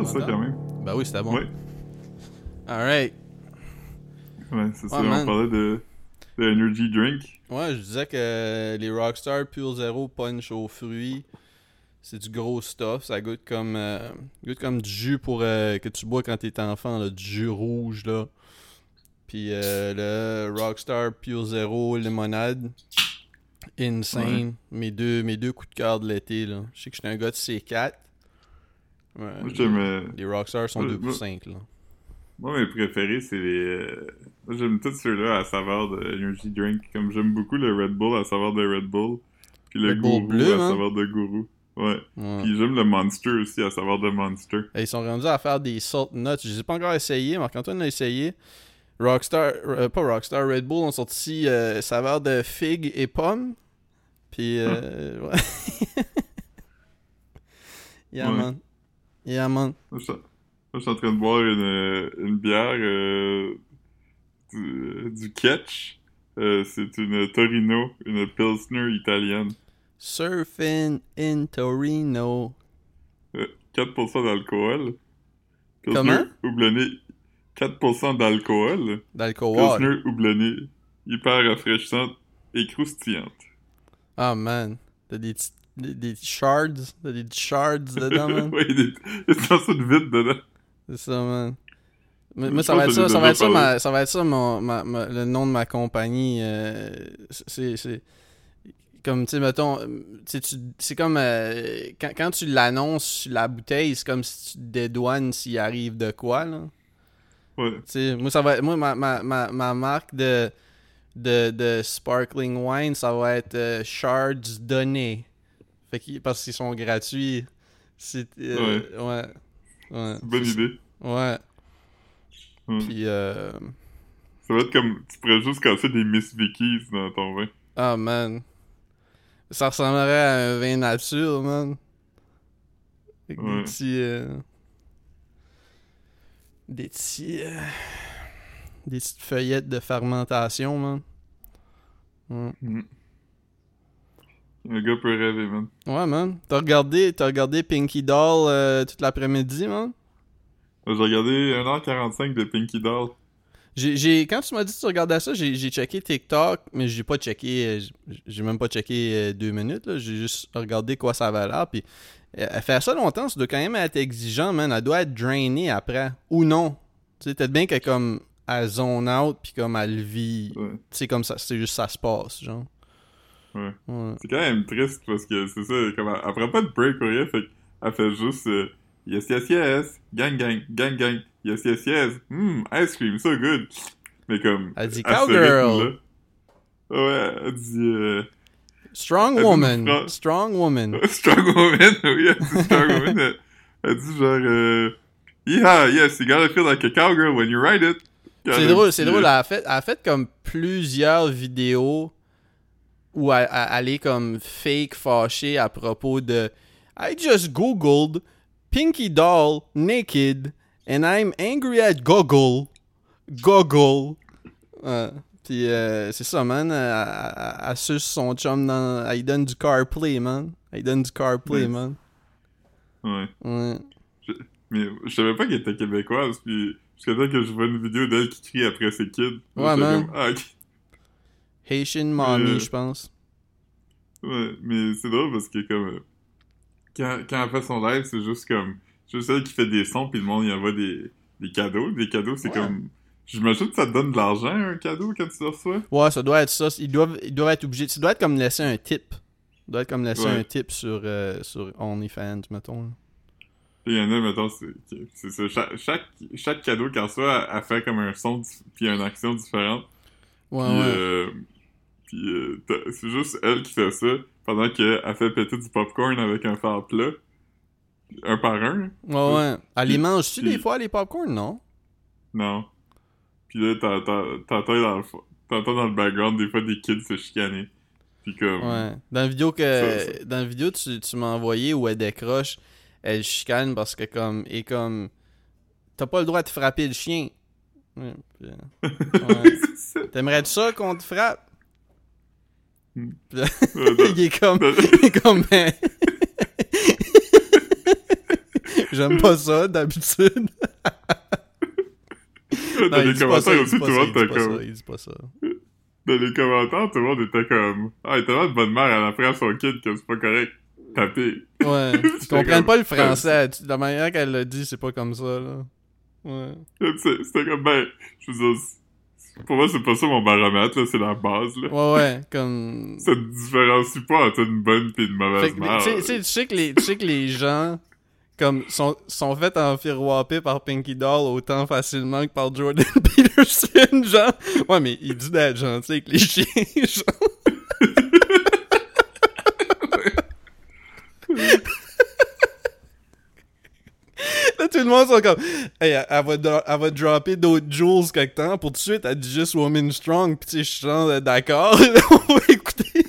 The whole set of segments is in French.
dire ça quand même. Ben oui, c'était bon. Ouais. Alright. Ouais, c'est ça, man. on parlait de energy drink. Ouais, je disais que les Rockstar Pure Zero Punch aux fruits, c'est du gros stuff. Ça goûte comme du jus pour que tu bois quand t'es enfant, là, du jus rouge, là. Puis le Rockstar Pure Zero Limonade, insane. Ouais. Mes deux coups de cœur de l'été, là. Je sais que j'étais un gars de C4. Ouais, Moi, j'aime... les Rockstar sont 2 pour 5, là. Moi, mes préférés, c'est les... Moi, j'aime tous ceux-là à saveur de energy drink. Comme j'aime beaucoup le Red Bull à saveur de Red Bull. Puis le Red Bull Gourou bleu, à hein? saveur de Gourou. Ouais. Ouais. Puis j'aime le Monster aussi à saveur de Monster. Et ils sont rendus à faire des salt nuts. Je les ai pas encore essayé. Marc-Antoine l'a essayé. Rockstar, pas Rockstar, Red Bull ont sorti saveur de figue et pomme. Puis, ouais. Yeah, Ouais. man. Yeah, man. Moi, je suis en train de boire une bière du Ketch. C'est une Torino, une Pilsner italienne. Surfing in Torino. 4% d'alcool. Comment? Houblonné, 4% d'alcool. D'alcool. Pilsner houblonné, hyper rafraîchissante et croustillante. Ah, man. T'as des shards. T'as des shards dedans, man. Ouais, il y a des morceaux de vide dedans. C'est ça, man. Moi, Je ça va être pense que ça, j'ai ça déjà va être ça le nom de ma compagnie. C'est comme, tu sais, mettons, c'est comme, quand tu l'annonces sur la bouteille, c'est comme si tu te dédouanes s'il arrive de quoi, là. Ouais. Tu sais, moi, ça va être, moi, ma marque de sparkling wine, ça va être Shards Donné. Fait que, parce qu'ils sont gratuits. C'est, ouais. Ouais. C'est une bonne idée. Ouais. Puis, ça va être comme, tu pourrais juste casser des Miss Vickies dans ton vin. ah, man. Ça ressemblerait à un vin nature, man. Avec Ouais. des petites feuillettes de fermentation, man. Un gars peut rêver, man. Ouais, man. T'as regardé Pinky Doll toute l'après-midi, man? J'ai regardé 1h45 de Pinky Doll. Quand tu m'as dit que tu regardais ça, j'ai checké TikTok, mais j'ai pas checké, j'ai même pas checké 2 minutes, là. J'ai juste regardé quoi ça avait l'air, puis elle fait ça longtemps, ça doit quand même être exigeant, man. Elle doit être drainée après, ou non. Tu sais, peut-être bien qu'elle comme, elle zone out, puis comme elle vit, Ouais. tu sais, comme ça, c'est juste ça se passe, genre. Ouais. Ouais. C'est quand même triste parce que c'est ça, comme elle prend pas de break ou rien, fait qu'elle fait juste yes, yes, yes, gang, gang, gang, gang, yes, yes, yes, ice cream, so good. Mais comme. Elle dit à ce cowgirl. rythme-là, ouais, elle dit. Strong elle dit woman. une phrase- Strong woman. Strong woman, oui, elle dit strong woman. Elle dit genre, yeah, yes, you gotta feel like a cowgirl when you ride it. C'est drôle. Elle a fait comme plusieurs vidéos où elle est comme fake fâchée à propos de I just googled Pinky Doll naked and I'm angry at Google. Puis c'est ça, man. Elle suce son chum dans. Elle lui donne du CarPlay, man. Man. Ouais. Ouais. Mais je savais pas qu'elle était québécoise, puis jusqu'à temps que je vois une vidéo d'elle qui crie après ses kids. Ouais, man. Comme, ok. Haitian mommy, je pense. Ouais, mais c'est drôle parce que comme quand elle fait son live, c'est juste comme juste elle qui fait des sons puis le monde y envoie des cadeaux. Des cadeaux, c'est comme j'imagine que ça te donne de l'argent un cadeau quand tu le reçois. Ouais, ça doit être ça. Ils doivent être obligés. Ça doit être comme laisser un tip. Ça doit être comme laisser un tip sur OnlyFans, mettons. Il y en a, mettons, c'est ça. Chaque cadeau qu'elle reçoit, elle fait comme un son puis une action différente. Ouais, Puis c'est juste elle qui fait ça pendant qu'elle fait péter du popcorn avec un fer plat. Un par un. Ouais. Elle les mange-tu puis- des fois, les popcorn, non? Non. Puis là, t'entends dans le background des fois des kids se chicaner. Puis comme... Ouais. Dans la vidéo dans la vidéo tu m'as envoyé où elle décroche, elle chicane parce que comme t'as pas le droit de frapper le chien. Ouais, puis, ouais. c'est ça. T'aimerais-tu ça qu'on te frappe? Hmm. Puis là, il est comme J'aime pas ça, d'habitude. Dans les commentaires aussi, tout le monde était comme... Il dit pas ça. Dans les commentaires, tout le monde était comme... Ah, il est tellement de bonne mère, elle apprend à son kid que c'est pas correct. Taper. Ouais. Ils comprennent pas le français. La manière qu'elle l'a dit, c'est pas comme ça, là. Ouais. C'était comme, ben... Je veux dire... Pour moi, c'est pas ça mon baromètre, là. C'est la base, là. Ouais, comme... Ça te différencie pas entre une bonne pis une mauvaise mère. Tu sais que les gens... Comme, sont faits enfiroiper par Pinky Doll autant facilement que par Jordan Peterson, genre. Ouais, mais il dit d'être gentil avec les chiens, genre. Là, tout le monde sont comme, hey, elle va dropper d'autres jewels quelque temps, pour tout de suite, elle dit juste Woman Strong, pis tu sais, je suis genre d'accord, on va écouter.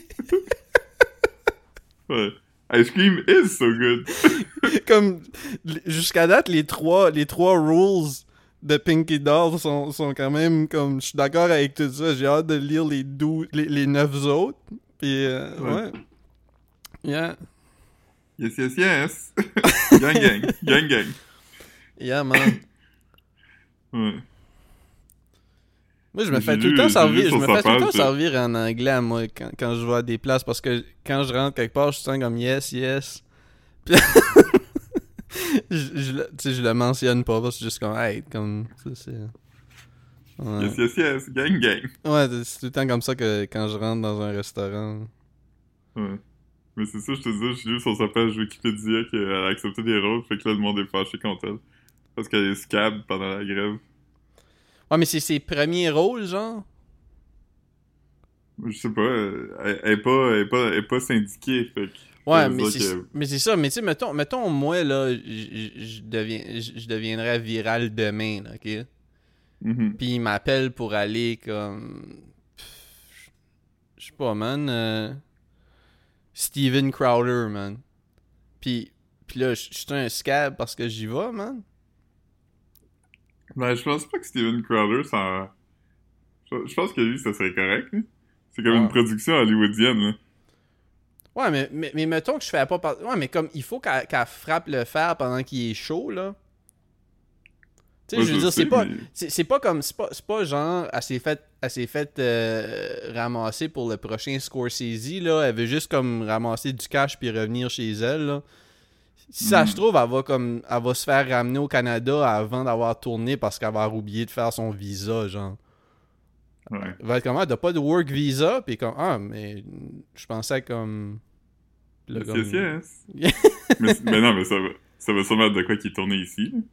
Ouais. Ice cream is so good. Comme, jusqu'à date, les trois rules de Pinky Doll sont quand même comme, je suis d'accord avec tout ça, j'ai hâte de lire les 9 autres, pis ouais. Yeah. Yes. Gang. Yeah, man. Ouais. Moi, je me fais tout le temps servir en anglais, moi, quand je vais à des places, parce que quand je rentre quelque part, je sens comme yes. Puis je le mentionne pas, c'est juste comme hey, comme ça, c'est. Ouais. Yes, gang. Ouais, c'est tout le temps comme ça que quand je rentre dans un restaurant. Ouais. Mais c'est ça, je te dis, j'ai lu sur sa page Wikipédia qu'elle a accepté des rôles, fait que là, le monde est fâché contre elle. Parce qu'elle est scab pendant la grève. Ouais, mais c'est ses premiers rôles, genre? Je sais pas, elle est pas syndiquée, fait que... Ouais, mais c'est ça, mais tu sais, mettons, moi, là, je deviendrais viral demain, là, ok? Mm-hmm. Puis il m'appelle pour aller comme... Je sais pas, man... Steven Crowder, man. Puis là, je suis un scab parce que j'y vais, man. Ben, je pense pas que Steven Crowder, ça... Je pense que lui, ça serait correct, là. C'est comme une production hollywoodienne, là. Ouais, mais mettons que je fais pas... Ouais, mais comme, il faut qu'elle frappe le fer pendant qu'il est chaud, là. Tu sais, Ouais, je veux dire, sais, mais... c'est pas comme... C'est pas genre, elle s'est fait ramasser pour le prochain Scorsese, là. Elle veut juste comme ramasser du cash puis revenir chez elle, là. Si ça se trouve, elle va se faire ramener au Canada avant d'avoir tourné parce qu'elle va avoir oublié de faire son visa, genre. Ouais. Elle va être comme, ah, t'as pas de work visa? Puis comme, ah, mais je pensais comme... Là, comme... mais non, mais ça va sûrement être de quoi qui est tourné ici, là.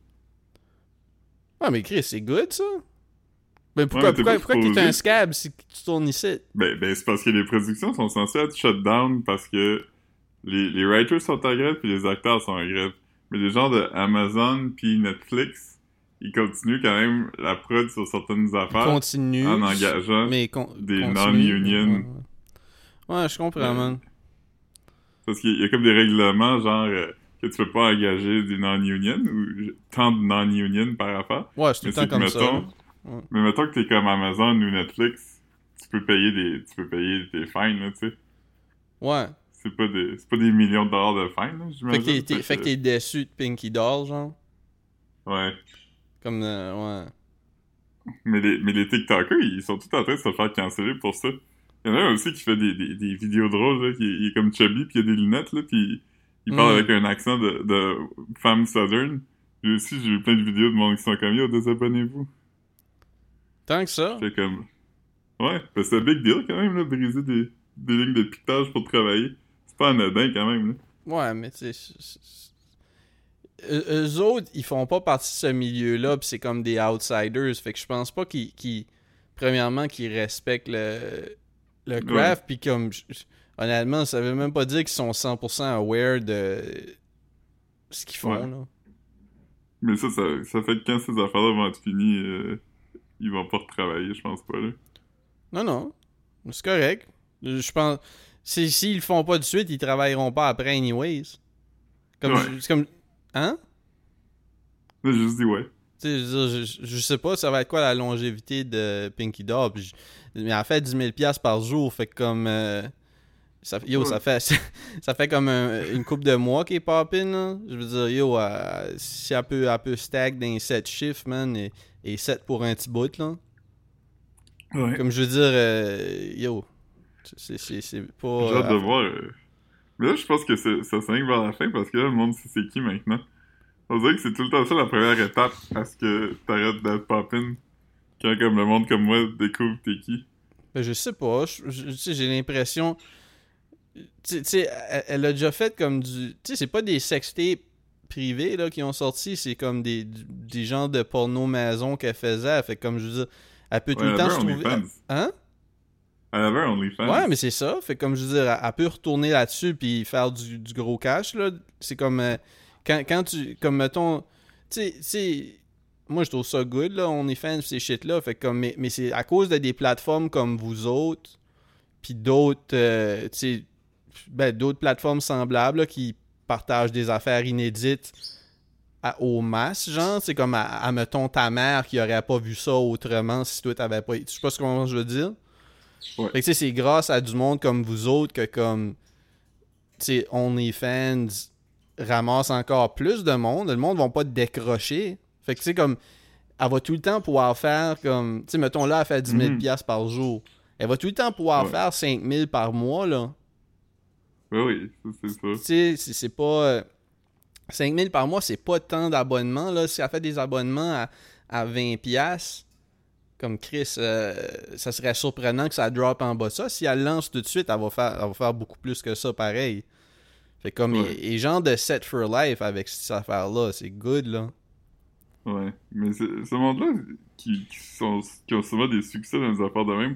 Ah, mais Chris, c'est good, ça? Ben, pourquoi t'es un scab si tu tournes ici? Ben, c'est parce que les productions sont censées être shut down parce que les writers sont en grève puis les acteurs sont en grève. Mais les gens de Amazon puis Netflix, ils continuent quand même la prod sur certaines affaires en engageant des non-union. Ouais, je comprends, man. Parce qu'il y a comme des règlements, genre, que tu peux pas engager des non-union ou tant de non-union par affaire. Ouais, c'est tout le temps comme ça. Ouais. Mais mettons que t'es comme Amazon ou Netflix, tu peux payer tes fines, là, tu sais. Ouais. C'est pas des millions de dollars de fines, là, j'imagine. Fait que t'es déçu de Pinky Doll, genre? Ouais. Comme, ouais. Mais les TikTokers, ils sont tous en train de se faire canceller pour ça. Il y en a un aussi qui fait des vidéos drôles, là, il est comme chubby, pis il a des lunettes, là, pis il parle avec un accent de femme southern. Lui aussi, j'ai vu plein de vidéos de monde qui sont comme « Yo, désabonnez-vous ». Tant que ça? C'est comme... Ouais, ben c'est un big deal quand même, là, briser des lignes de piquetage pour travailler. C'est pas anodin quand même, là. Ouais, mais tu sais... Eux autres, ils font pas partie de ce milieu-là, pis c'est comme des outsiders. Fait que je pense pas premièrement, qu'ils respectent le craft, pis comme... Honnêtement, ça veut même pas dire qu'ils sont 100% aware de ce qu'ils font, là. Mais ça fait que quand ces affaires-là vont être finies, ils vont pas retravailler, je pense pas, là. Non. C'est correct. Je pense... S'ils le font pas de suite, ils travailleront pas après anyways. Comme... Ouais. C'est comme... Hein? J'ai juste dit ouais. Tu sais, je sais pas ça va être quoi la longévité de Pinky Doll. Mais en fait, 10 000$ par jour, fait que comme... Yo, ça fait comme une couple de mois qu'il est poppin', là. Je veux dire, yo, si elle peut stack dans 7 chiffres, man, et 7 pour un petit bout, là. Ouais. Comme je veux dire, yo, c'est pas... J'ai hâte de voir. Mais là, je pense que ça s'enligne vers la fin parce que là, le monde sait c'est qui maintenant. On dirait que c'est tout le temps ça la première étape à ce que t'arrêtes d'être poppin'. Quand comme le monde comme moi découvre t'es qui. Ben, je sais pas, tu sais, j'ai l'impression... Tu sais, elle a déjà fait comme du... Tu sais, c'est pas des sextapes privés, là, qui ont sorti, c'est comme des genres de porno maison qu'elle faisait. Elle fait comme, je veux dire, elle peut tout le temps se trouver... Hein? Elle avait un OnlyFans. Ouais, mais c'est ça. Fait comme, je veux dire, elle peut retourner là-dessus puis faire du gros cash, là. C'est comme... quand tu... Comme, mettons... Tu sais... Moi, je trouve ça good, là, OnlyFans, ces shit-là. Fait comme... Mais c'est à cause de des plateformes comme vous autres, puis d'autres... tu sais... Ben, d'autres plateformes semblables là, qui partagent des affaires inédites aux masses, genre. C'est comme, mettons, ta mère qui aurait pas vu ça autrement si toi, t'avais pas... Je sais pas comment je veux dire. Ouais. Fait que, tu sais, c'est grâce à du monde comme vous autres que, comme, tu sais, OnlyFans ramasse encore plus de monde. Le monde va pas décrocher. Fait que, tu sais, comme, elle va tout le temps pouvoir faire comme... Tu sais, mettons, là, elle fait 10 000 piastres par jour. Elle va tout le temps pouvoir faire 5 000 par mois, là. Oui, c'est ça. Tu sais, c'est pas... 5 000 par mois, c'est pas tant d'abonnements, là. Si elle fait des abonnements à 20 piastres, comme Chris, ça serait surprenant que ça drop en bas de ça. Si elle lance tout de suite, elle va faire beaucoup plus que ça, pareil. Fait comme, et genre de set for life avec cette affaire-là, c'est good, là. Ouais, mais ce monde-là, qui ont souvent des succès dans les affaires de même,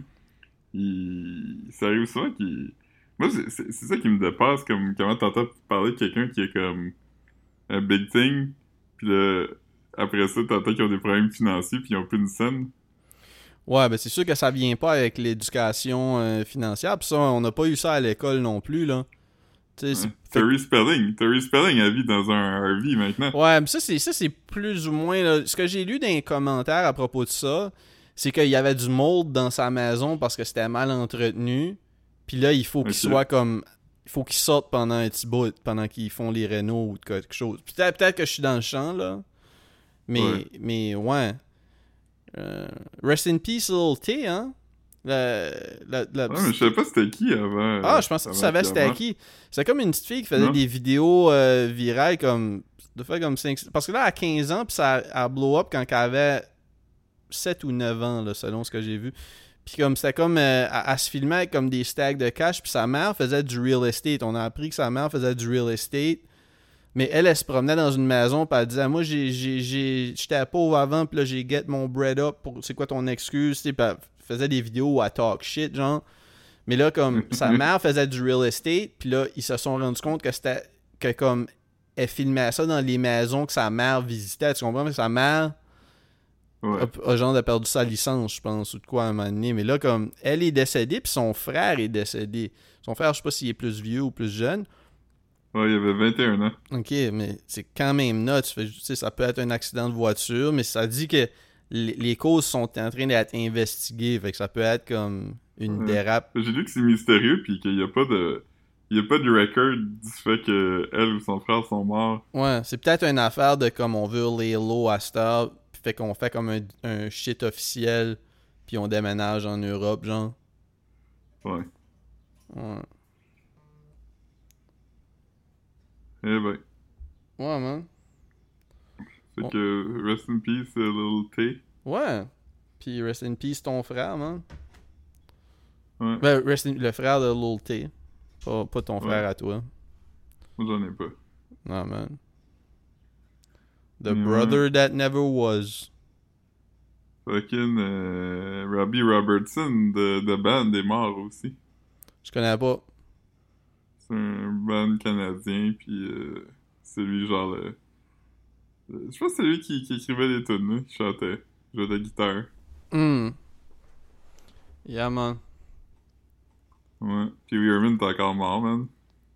ça arrive souvent qu'ils... Moi, c'est ça qui me dépasse, comme comment t'entends parler de quelqu'un qui est comme un big thing, puis là, après ça, t'entends qu'ils ont des problèmes financiers, puis ils ont plus une scène. Ouais, ben c'est sûr que ça vient pas avec l'éducation financière, pis ça, on n'a pas eu ça à l'école non plus, là. Tori Spelling elle vit dans un RV maintenant. Ouais, mais ça c'est plus ou moins là, ce que j'ai lu dans les commentaires à propos de ça, c'est qu'il y avait du mold dans sa maison parce que c'était mal entretenu. Puis là, il faut qu'il soit comme... Il faut qu'il sorte pendant un petit bout, pendant qu'ils font les rénaux ou quelque chose. Peut-être que je suis dans le champ, là. Mais ouais. Rest in peace, Lil T, hein? Ouais, mais je savais pas c'était qui avant. Ah, je pensais que tu savais c'était qui. C'est comme une petite fille qui faisait des vidéos virales comme... De faire comme 5... Parce que là, à 15 ans, puis ça a blow up quand elle avait 7 ou 9 ans, là, selon ce que j'ai vu. Puis comme c'était comme elle se filmait avec comme des stacks de cash, puis sa mère faisait du real estate. On a appris que sa mère faisait du real estate. Mais elle se promenait dans une maison, puis elle disait moi j'étais pauvre avant, puis là j'ai get mon bread up pour c'est quoi ton excuse, puis elle faisait des vidéos à talk shit genre. Mais là comme sa mère faisait du real estate, puis là ils se sont rendus compte que c'était que comme elle filmait ça dans les maisons que sa mère visitait, tu comprends? Mais sa mère a genre de perdu sa licence, je pense, ou de quoi à un moment donné. Mais là, comme, elle est décédée, puis son frère est décédé. Son frère, je sais pas s'il est plus vieux ou plus jeune. Ouais, il avait 21 ans. Ok, mais c'est quand même là. Tu sais, ça peut être un accident de voiture, mais ça dit que les causes sont en train d'être investigées. Fait que ça peut être comme une dérape. J'ai lu que c'est mystérieux, puis qu'il y a pas de... Il y a pas de record du fait que elle ou son frère sont morts. Ouais, c'est peut-être une affaire de comme on veut les low à Star, fait qu'on fait comme un shit officiel, puis on déménage en Europe, genre. Ouais. Ouais. Eh ben. Ouais, man. Fait que rest in peace, Lil T. Ouais. Puis rest in peace ton frère, man. Ouais. Ben, le frère de Lil T. Pas ton frère à toi. Moi, j'en ai pas. Non, man. The brother that never was. Fucking Robbie Robertson de band est mort aussi. Je connais pas. C'est un band canadien, puis c'est lui genre je pense que c'est lui qui écrivait les tunes, qui chantait, jouait de la guitare. Yeah, man. Ouais. Puis Herman est encore mort, man.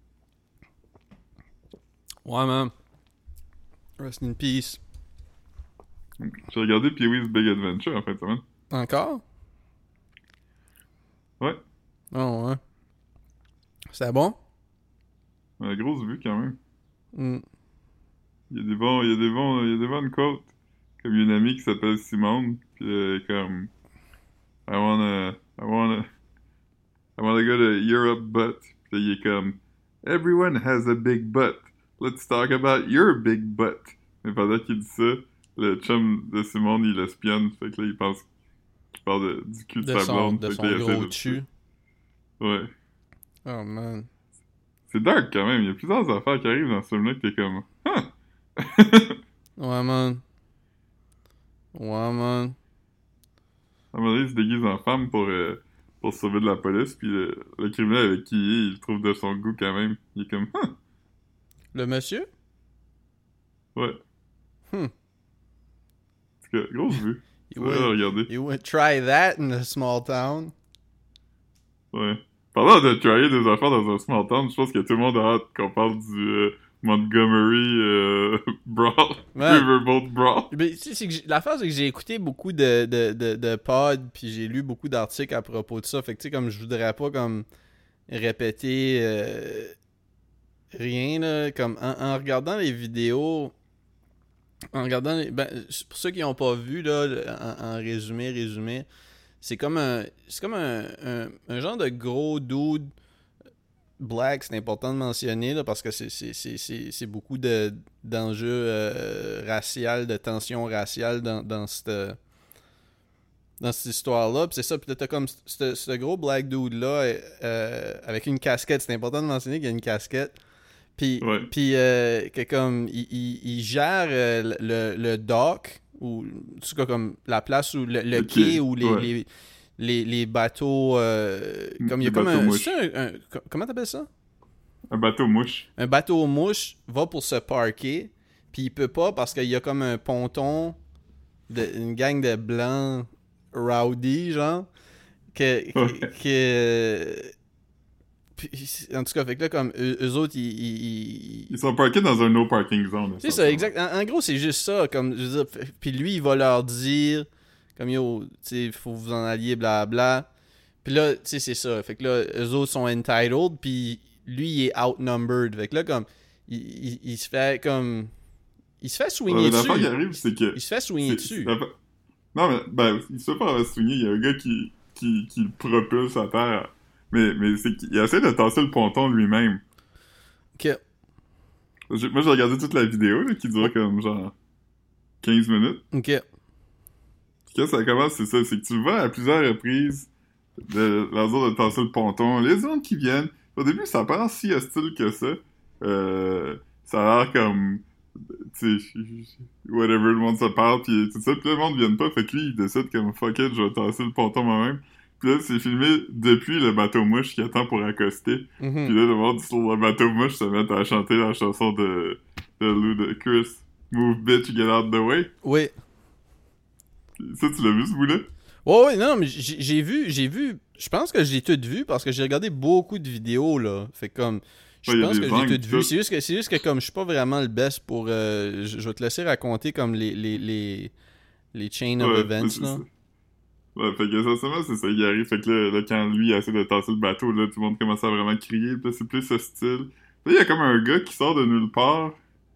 Ouais, man. Rest in peace. J'ai regardé Pee-wee's Big Adventure en fin de semaine. Encore? Ouais. Oh, ouais. C'est bon? Grosse vue quand même. Mm. Il y a des bonnes quotes. Comme il y a une amie qui s'appelle Simone, puis comme I wanna go to Europe, but puis là, il est comme Everyone has a big butt. Let's talk about your big butt. Mais pendant qu'il dit ça, le chum de Simone, il l'espionne, fait que là, il pense qu'il parle du cul de sa blonde. De fait son que là, il essaie gros de- dessus. Ouais. Oh man. C'est dark quand même, il y a plusieurs affaires qui arrivent dans ce film-là que t'es comme Ouais, man. Ouais, man. À un moment donné, il se déguise en femme pour se sauver de la police, puis le criminel avec qui il est, il le trouve de son goût quand même. Il est comme, Le monsieur? ouais. Hmm. En tout cas, grosse vue. You Ouais, regardez. would try that in a small town. Ouais. Parlant de tryer des affaires dans un small town, je pense que tout le monde a hâte qu'on parle du Montgomery Brawl. Ouais. Riverboat Brawl. Mais, tu sais, l'affaire, c'est que j'ai écouté beaucoup de pods, puis j'ai lu beaucoup d'articles à propos de ça. Fait que, tu sais, comme je voudrais pas, comme, répéter rien, là. Comme, en regardant les vidéos, ben, pour ceux qui n'ont pas vu, là, en résumé, c'est comme un genre de gros dude black, c'est important de mentionner là, parce que c'est beaucoup d'enjeux raciaux, de tensions raciales dans cette histoire-là. Puis c'est ça, puis là, t'as comme ce gros black dude-là avec une casquette. C'est important de mentionner qu'il y a une casquette. Puis, Ouais. que comme il gère le dock, ou en tout cas comme la place où le quai où les bateaux comme il y a Les comme bateaux un, mouches. c'est comment t'appelles ça? Un bateau mouche. Un bateau mouche va pour se parker, puis il peut pas parce qu'il y a comme un ponton une gang de blancs rowdy genre puis, en tout cas, fait que là, comme eux autres, Ils sont parkés dans un no parking zone. c'est ça, exact. En gros, c'est juste ça. Comme, je veux dire, puis lui, il va leur dire, comme yo, tu sais, il faut vous en allier, blabla. Puis là, tu sais, c'est ça. Fait que là, eux autres sont entitled, puis lui, il est outnumbered. Fait que là, comme, il se fait comme. Il se fait swinguer dessus. L'affaire qui arrive, c'est que. Il se fait swinguer dessus. Non, mais, ben, il se fait pas swinguer. Il y a un gars qui le propulse à terre. Mais c'est qu'il essaie de tasser le ponton lui-même. Ok. Moi, j'ai regardé toute la vidéo, là, qui dure comme, genre, 15 minutes. Ok. Puis quand ça commence, c'est ça. C'est que tu le vois à plusieurs reprises leur dire de tasser le ponton. Les autres qui viennent. Au début, ça paraît si hostile que ça. Ça a l'air comme... Tu sais, whatever, le monde se parle, pis tout ça. Puis là, le monde vient pas. Fait que lui, il décide comme, fuck it, je vais tasser le ponton moi-même. Puis là, c'est filmé depuis le bateau mouche qui attend pour accoster. Mhm. Puis là, le monde sur le bateau mouche se met à chanter la chanson de Ludacris. Move bitch, get out the way. Oui. Ça, tu l'as vu ce bout-là? Ouais, non, mais j'ai vu, je pense que je l'ai tout vu parce que j'ai regardé beaucoup de vidéos, là. Fait que comme, je Ouais, y a pense des que j'ai angles, tout vu. tout. C'est juste que comme je suis pas vraiment le best pour, je vais te laisser raconter comme les chain of Ouais, events, c'est là. ça. Ouais, fait que essentiellement, c'est ça qui arrive. Fait que là, quand lui il essaie de tasser le bateau, là, tout le monde commence à vraiment crier. Puis là, c'est plus hostile. Puis là, il y a comme un gars qui sort de nulle part.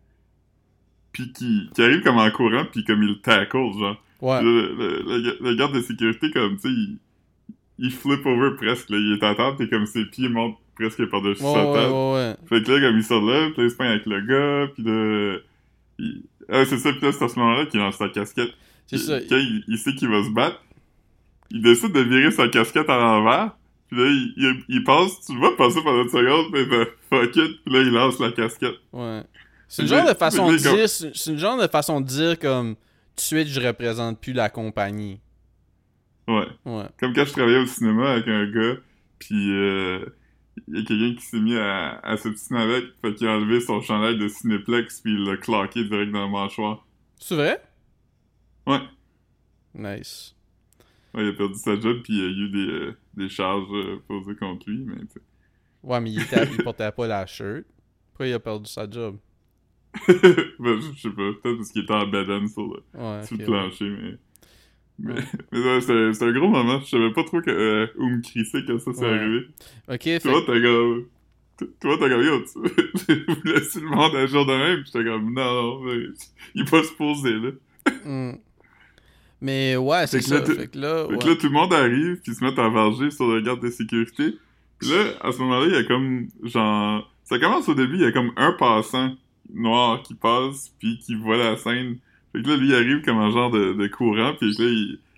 Puis qui arrive comme en courant, puis comme il le tackle, genre. Ouais. Puis là, le garde de sécurité, comme, tu sais, il flip over presque, là. Il est à terre, puis comme ses pieds montent presque par-dessus sa tête. Ouais. Fait que là, comme il sort là, puis là, il se peint avec le gars, puis là... Ah, c'est ça, puis là, c'est à ce moment-là qu'il lance sa casquette. C'est ça. Quand il sait qu'il va se battre, il décide de virer sa casquette à l'envers, puis là, il passe, tu le vois passer pendant une seconde, puis il fait fuck it, puis là, il lance la casquette. Ouais. C'est une genre de façon de dire, c'est une genre de façon de dire comme, tout de suite, je représente plus la compagnie. Ouais. Ouais. Comme quand je travaillais au cinéma avec un gars, puis il y a quelqu'un qui s'est mis à s'obstiner avec, fait qu'il a enlevé son chandail de Cinéplex, puis il l'a claqué direct dans le mâchoire. C'est vrai? Ouais. Nice. Ouais, il a perdu sa job, puis il y a eu des charges posées contre lui, mais tu sais. Ouais, mais il portait pas la shirt. Pourquoi il a perdu sa job? Ben, je sais pas, peut-être parce qu'il était en bedaine sur le plancher, mais ouais, c'était un gros moment. Je savais pas trop où me crisser quand ça s'est arrivé. Ok, Tu vois, t'as comme... Toi, t'as comme, yo, vous laissez le monde agir de même, pis j'étais comme, non, mais il est pas supposé, là. Hmm. Mais ouais, c'est ça. Fait que là, Fait que là, tout le monde arrive, pis se met à varger sur le garde de sécurité. Pis là, à ce moment-là, il y a comme, genre... Ça commence au début, il y a comme un passant noir qui passe, puis qui voit la scène. Fait que là, lui, il arrive comme un genre de courant, pis là,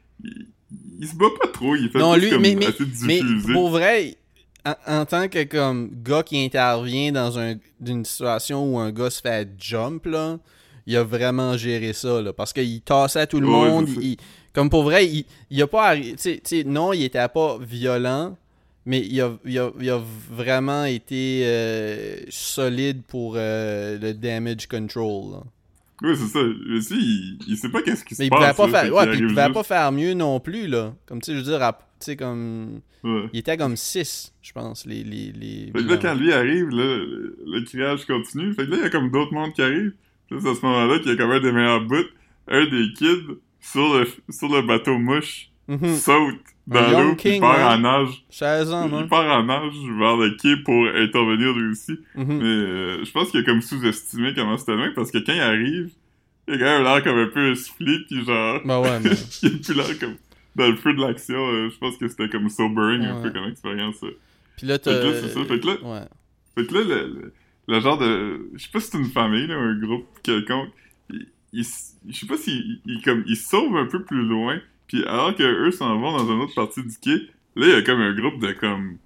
il se bat pas trop, il fait non, juste lui, comme mais assez diffusé. pour vrai, en tant que comme gars qui intervient dans d'une situation où un gars se fait jump, là, il a vraiment géré ça, là, parce qu'il tassait à tout le monde. Comme pour vrai, il a pas... non, il était pas violent, mais il a vraiment été solide pour le damage control, là. Oui, c'est ça. Mais si, il sait pas qu'est-ce qui se Mais il passe. pouvait pas faire, ouais, puis puis il pouvait pas faire mieux non plus, là. Comme tu sais, je veux dire, tu sais, comme... Ouais. Il était comme 6, je pense, les Fait que là, quand lui arrive, là, le criage continue. Fait que là, il y a comme d'autres mondes qui arrivent. Puis là, c'est à ce moment-là qu'il y a comme un des meilleurs bouts. Un des kids, sur le bateau mouche, saute dans l'eau, puis il part en nage. 16 ans, il part en nage vers le quai pour intervenir lui aussi. Mais je pense qu'il a comme sous-estimé comment c'était loin, parce que quand il arrive, il a quand même l'air comme un peu split, pis genre... Ben ouais, mais... il a plus l'air comme... Dans le feu de l'action, je pense que c'était comme sobering un peu comme expérience. Puis là, Fait que là, c'est ça. Fait que là, fait que là le genre de... Je sais pas si c'est une famille, là, un groupe quelconque. Je sais pas s'ils ils se sauvent un peu plus loin, puis alors que eux s'en vont dans une autre partie du quai, là, il y a comme un groupe de comme...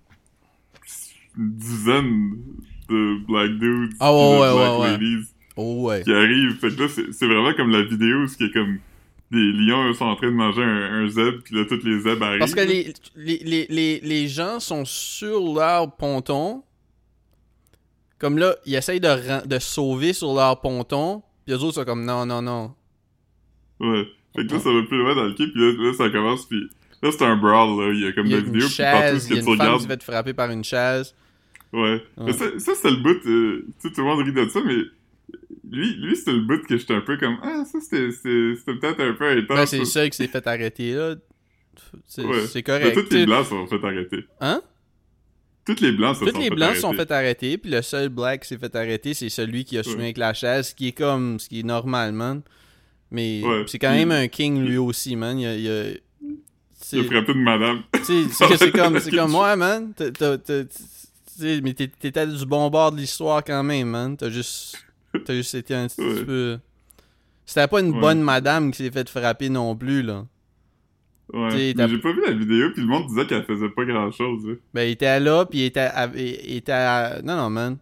une dizaine de black dudes de black ladies qui arrivent. Fait que là, c'est vraiment comme la vidéo où c'est comme... Les lions sont en train de manger un zèbre, puis là, toutes les zèbres arrivent. Parce que les gens sont sur leur ponton. Comme là, ils essayent de sauver sur leur ponton, puis les autres sont comme non, non, non. Ouais. Fait que là, ça va plus loin dans le quai, puis là, ça commence, puis là, c'est un brawl, là. Il y a comme des vidéos, puis partout ce que tu regardes. Il y a une femme qui se fait frapper par une chaise. Ouais. Mais ça c'est le bout, tu sais, tout le monde rit de ça, mais... Lui c'était le bout que j'étais un peu comme ah ça c'était peut-être un peu intense. Ben c'est le seul qui s'est fait arrêter là. C'est correct. Mais tous les blancs se sont fait arrêter. Hein? Tous les blancs se sont fait arrêter, puis le seul black qui s'est fait arrêter, c'est celui qui a suivi avec la chaise, ce qui est normal, man. Mais c'est quand même un king lui aussi, man. Il a frappé une madame. C'est comme moi, man. Mais t'étais du bon bord de l'histoire quand même, man. T'as juste été un petit peu... C'était pas une bonne madame qui s'est fait frapper non plus, là. Ouais, mais j'ai pas vu la vidéo, puis le monde disait qu'elle faisait pas grand-chose. Hein. Ben, il était là, puis il était à... Non, man.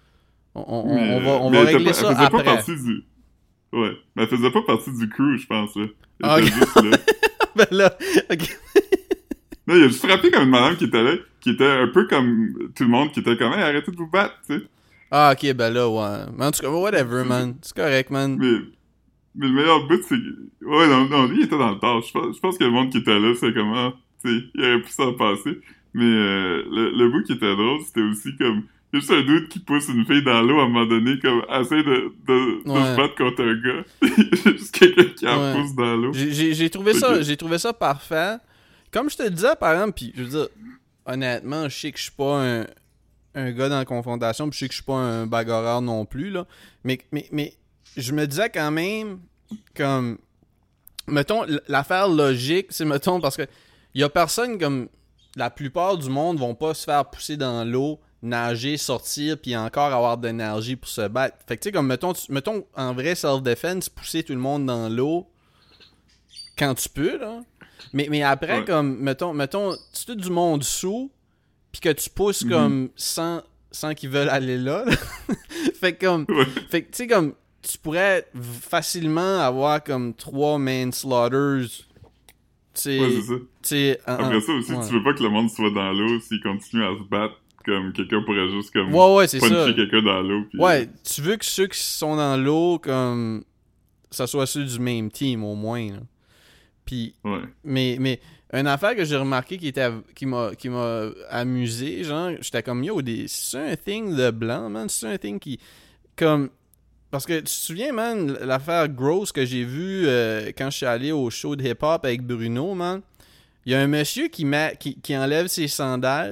On va régler ça après. Pas partie du... Ouais, mais elle faisait pas partie du crew, je pense, là. Elle était juste là. Ben là, ok. Non, il a juste frappé comme une madame qui était là, qui était un peu comme tout le monde, qui était comme hey, arrêtez de vous battre, tu sais. Ah, ok, ben là, ouais. Mais en tout cas, whatever, man. C'est correct, man. Mais le meilleur but, c'est que... Ouais, non, lui, il était dans le tard. Je pense que le monde qui était là, c'est comme... Ah, tu sais, il aurait pu s'en passer. Mais le bout qui était drôle, c'était aussi comme... Il y a juste un dude qui pousse une fille dans l'eau à un moment donné, comme, essaie de se battre contre un gars. Il y a juste quelqu'un qui en pousse dans l'eau. J'ai trouvé ça parfait. Comme je te le disais, par exemple, pis je veux dire, honnêtement, je sais que je suis pas un gars dans la confrontation, pis je sais que je suis pas un bagarreur non plus, là. Mais je me disais quand même, comme, mettons, l'affaire logique, c'est, mettons, parce que y a personne comme, la plupart du monde vont pas se faire pousser dans l'eau, nager, sortir, puis encore avoir de l'énergie pour se battre. Fait que tu sais, comme, mettons, en vrai self-defense, pousser tout le monde dans l'eau quand tu peux, là. Mais après, comme, mettons, tu tout du monde sous, puis que tu pousses comme sans qu'ils veulent aller là. Fait que comme, fait que tu sais, comme, tu pourrais facilement avoir comme 3 manslaughters. Ouais, c'est ça. Après ça aussi, tu veux pas que le monde soit dans l'eau s'il continue à se battre. Comme quelqu'un pourrait juste comme puncher quelqu'un dans l'eau. Pis... Ouais, tu veux que ceux qui sont dans l'eau, comme, ça soit ceux du même team au moins. Là. Puis, mais une affaire que j'ai remarqué qui m'a amusé, genre, j'étais comme yo, c'est un thing de blanc, man, c'est un thing qui, comme, parce que tu te souviens, man, l'affaire grosse que j'ai vue quand je suis allé au show de hip-hop avec Bruno, man, il y a un monsieur qui enlève ses sandales,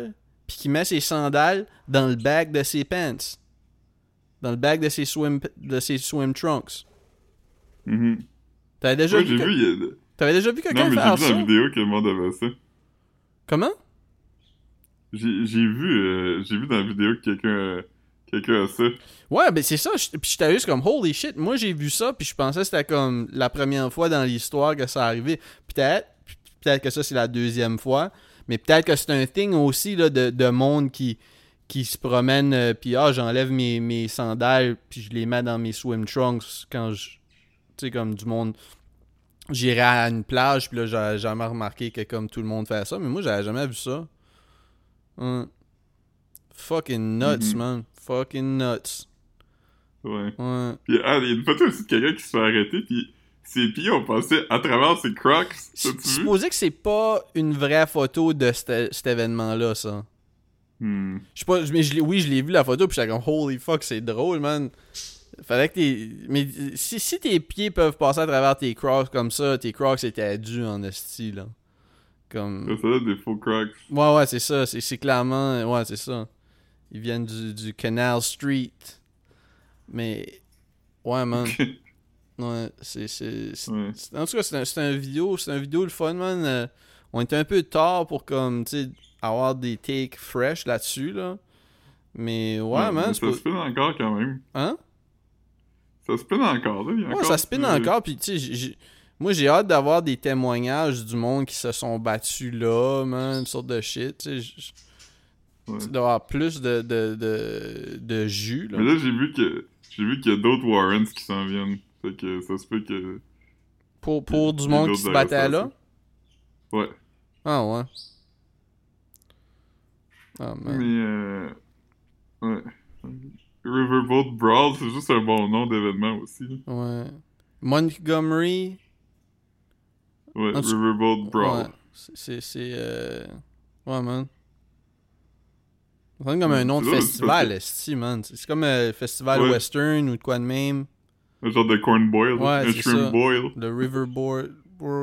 puis qui met ses sandales dans le bag de ses pants. Dans le bag de ses swim trunks. Mhm. T'avais déjà Ouais, vu... j'ai vu... T'avais déjà vu quelqu'un Non, mais faire j'ai vu ça? dans la vidéo que le monde avait ça. Comment? J'ai vu dans la vidéo que quelqu'un a ça. Ouais, ben c'est ça. Puis j'étais juste comme, holy shit, moi j'ai vu ça, puis je pensais que c'était comme la première fois dans l'histoire que ça arrivait. Peut-être que ça c'est la deuxième fois, mais peut-être que c'est un thing aussi là, de monde qui se promène, puis j'enlève mes sandales, puis je les mets dans mes swim trunks quand je... Tu sais, comme du monde... J'irais à une plage, puis là, j'avais jamais remarqué que comme tout le monde fait ça, mais moi, j'avais jamais vu ça. Fucking nuts, Mhm. man. Fucking nuts. Ouais. Ouais. Puis, il y a une photo aussi de quelqu'un qui se fait arrêter, puis ses pieds ont passé à travers ses crocs. T'as-tu vu? Supposé que c'est pas une vraie photo de cet événement-là, ça. Hmm. Je sais pas, mais oui, je l'ai vu la photo, puis j'étais comme, holy fuck, c'est drôle, man. Fallait que mais si tes pieds peuvent passer à travers tes crocs comme ça, tes crocs étaient dus en esti, là. Comme... Ça donne des faux crocs. Ouais, c'est ça. C'est clairement... Ouais, c'est ça. Ils viennent du Canal Street. Mais... Ouais, man. Ouais, Ouais. En tout cas, c'est un vidéo le fun, man. On était un peu tard pour, comme, tu sais, avoir des takes fresh là-dessus, là. Mais, ouais, man. Mais ça spin encore quand même. Hein? Ça spin encore, là. Il y a Ouais, encore ça spin encore, puis tu sais, moi j'ai hâte d'avoir des témoignages du monde qui se sont battus là, man, une sorte de shit, tu sais, Ouais. d'avoir plus de jus, là. Mais là, j'ai vu qu'il y a d'autres Warrants qui s'en viennent. Fait que ça se peut que... Pour du il y a monde qui d'autres se battait là? Ouais. Ah ouais. Ah man. Mais, ouais. Riverboat Brawl, c'est juste un bon nom d'événement aussi, là. Ouais. Montgomery. Ouais, En tout- Riverboat Brawl. Ouais. Ouais, man. C'est comme un nom de C'est drôle, festival, parce esti, man. C'est comme un festival Ouais. western ou de quoi de même. Un genre de corn boil, Ouais, un c'est shrimp ça. boil. Le Riverboard.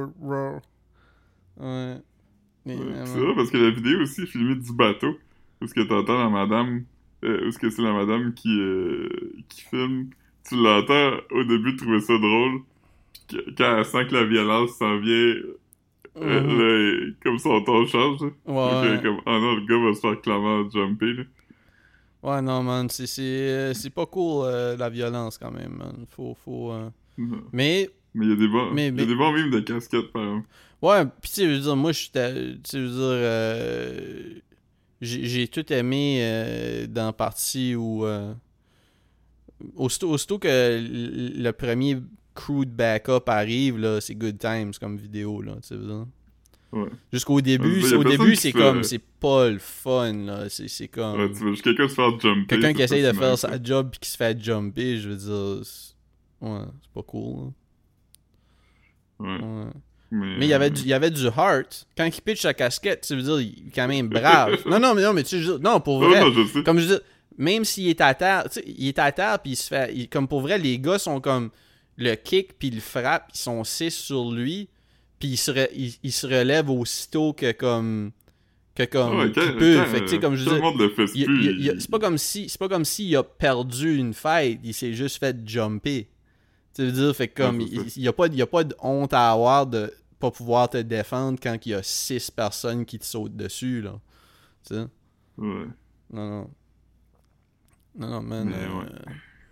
Ouais. Mais, Ouais, man. c'est vrai parce que la vidéo aussi est filmée du bateau. Parce que t'entends la madame... où est-ce que c'est la madame qui filme. Tu l'entends au début trouver ça drôle. Puis quand elle sent que la violence s'en vient... là, comme son ton change, là. Ouais, Donc, elle est ouais. comme, oh non, le gars va se faire clairement jumper, là. Ouais, non, man. C'est pas cool, la violence, quand même, man. Faut Non. Mais, Mais il y a des bons, Mais- il y a des bons mimes de casquette, par exemple. ouais, pis tu sais, je veux dire, moi, tu sais, je veux dire, j'ai tout aimé dans la partie où... aussitôt que le premier crew de backup arrive, là, c'est good times comme vidéo, là, tu sais, je veux dire. Ouais. Jusqu'au début, Il y a personne qui c'est se comme, fait- c'est pas le fun, là. C'est comme... Ouais, tu veux juste quelqu'un se faire jumper. Quelqu'un qui c'est essaye pas de si faire nice, sa là. job pis qui se fait jumper, je veux dire... Ouais, c'est pas cool, là. Ouais. Ouais. Mais Mais il y avait du heart. Quand il pitch sa casquette, tu veux dire, il est quand même brave. non, mais tu sais, je veux dire, non, pour vrai. Non, je sais. Comme je veux dire, même s'il est à terre, tu sais, il est à terre puis il se fait... comme pour vrai, les gars sont comme... Le kick puis le frappe, ils sont 6 sur lui. Puis il se relève aussitôt que comme... Ouais, qu'il peut. Fait que tu sais, comme je tout veux le dire... monde le fait plus. c'est pas comme s'il a perdu une fight, il s'est juste fait jumper. Tu veux dire, fait que comme, Ouais, c'est il y a pas de honte à avoir de pas pouvoir te défendre quand il y a 6 personnes qui te sautent dessus, là. Tu sais? Ouais. Non, man. Mais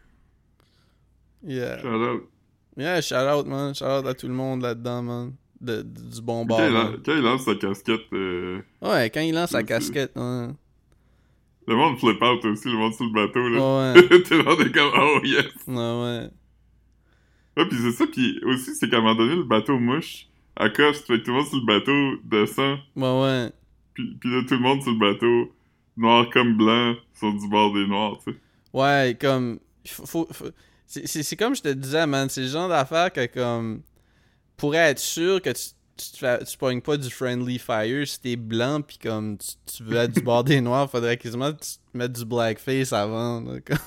Yeah. Shout out. Yeah, shout out, man. Shout out à tout le monde là-dedans, man. Du bon bord, Quand il lance sa casquette, Ouais, quand il lance sa c'est- casquette, ouais. le monde flip out aussi, le monde sur le bateau, là. Ouais, Tout le monde est comme, oh yes! ouais. Ouais, pis c'est ça, pis aussi, c'est qu'à un moment donné, le bateau mouche accoste, fait que tout le monde sur le bateau descend, Ouais. pis là, tout le monde sur le bateau, noir comme blanc, sont du bord des noirs, tu sais. Ouais, comme... C'est comme je te disais, man, c'est le genre d'affaire que, comme... Pour être sûr que tu pognes pas du friendly fire, si t'es blanc pis comme tu veux être du bord des noirs, faudrait quasiment que tu te mettes du blackface avant, là, comme...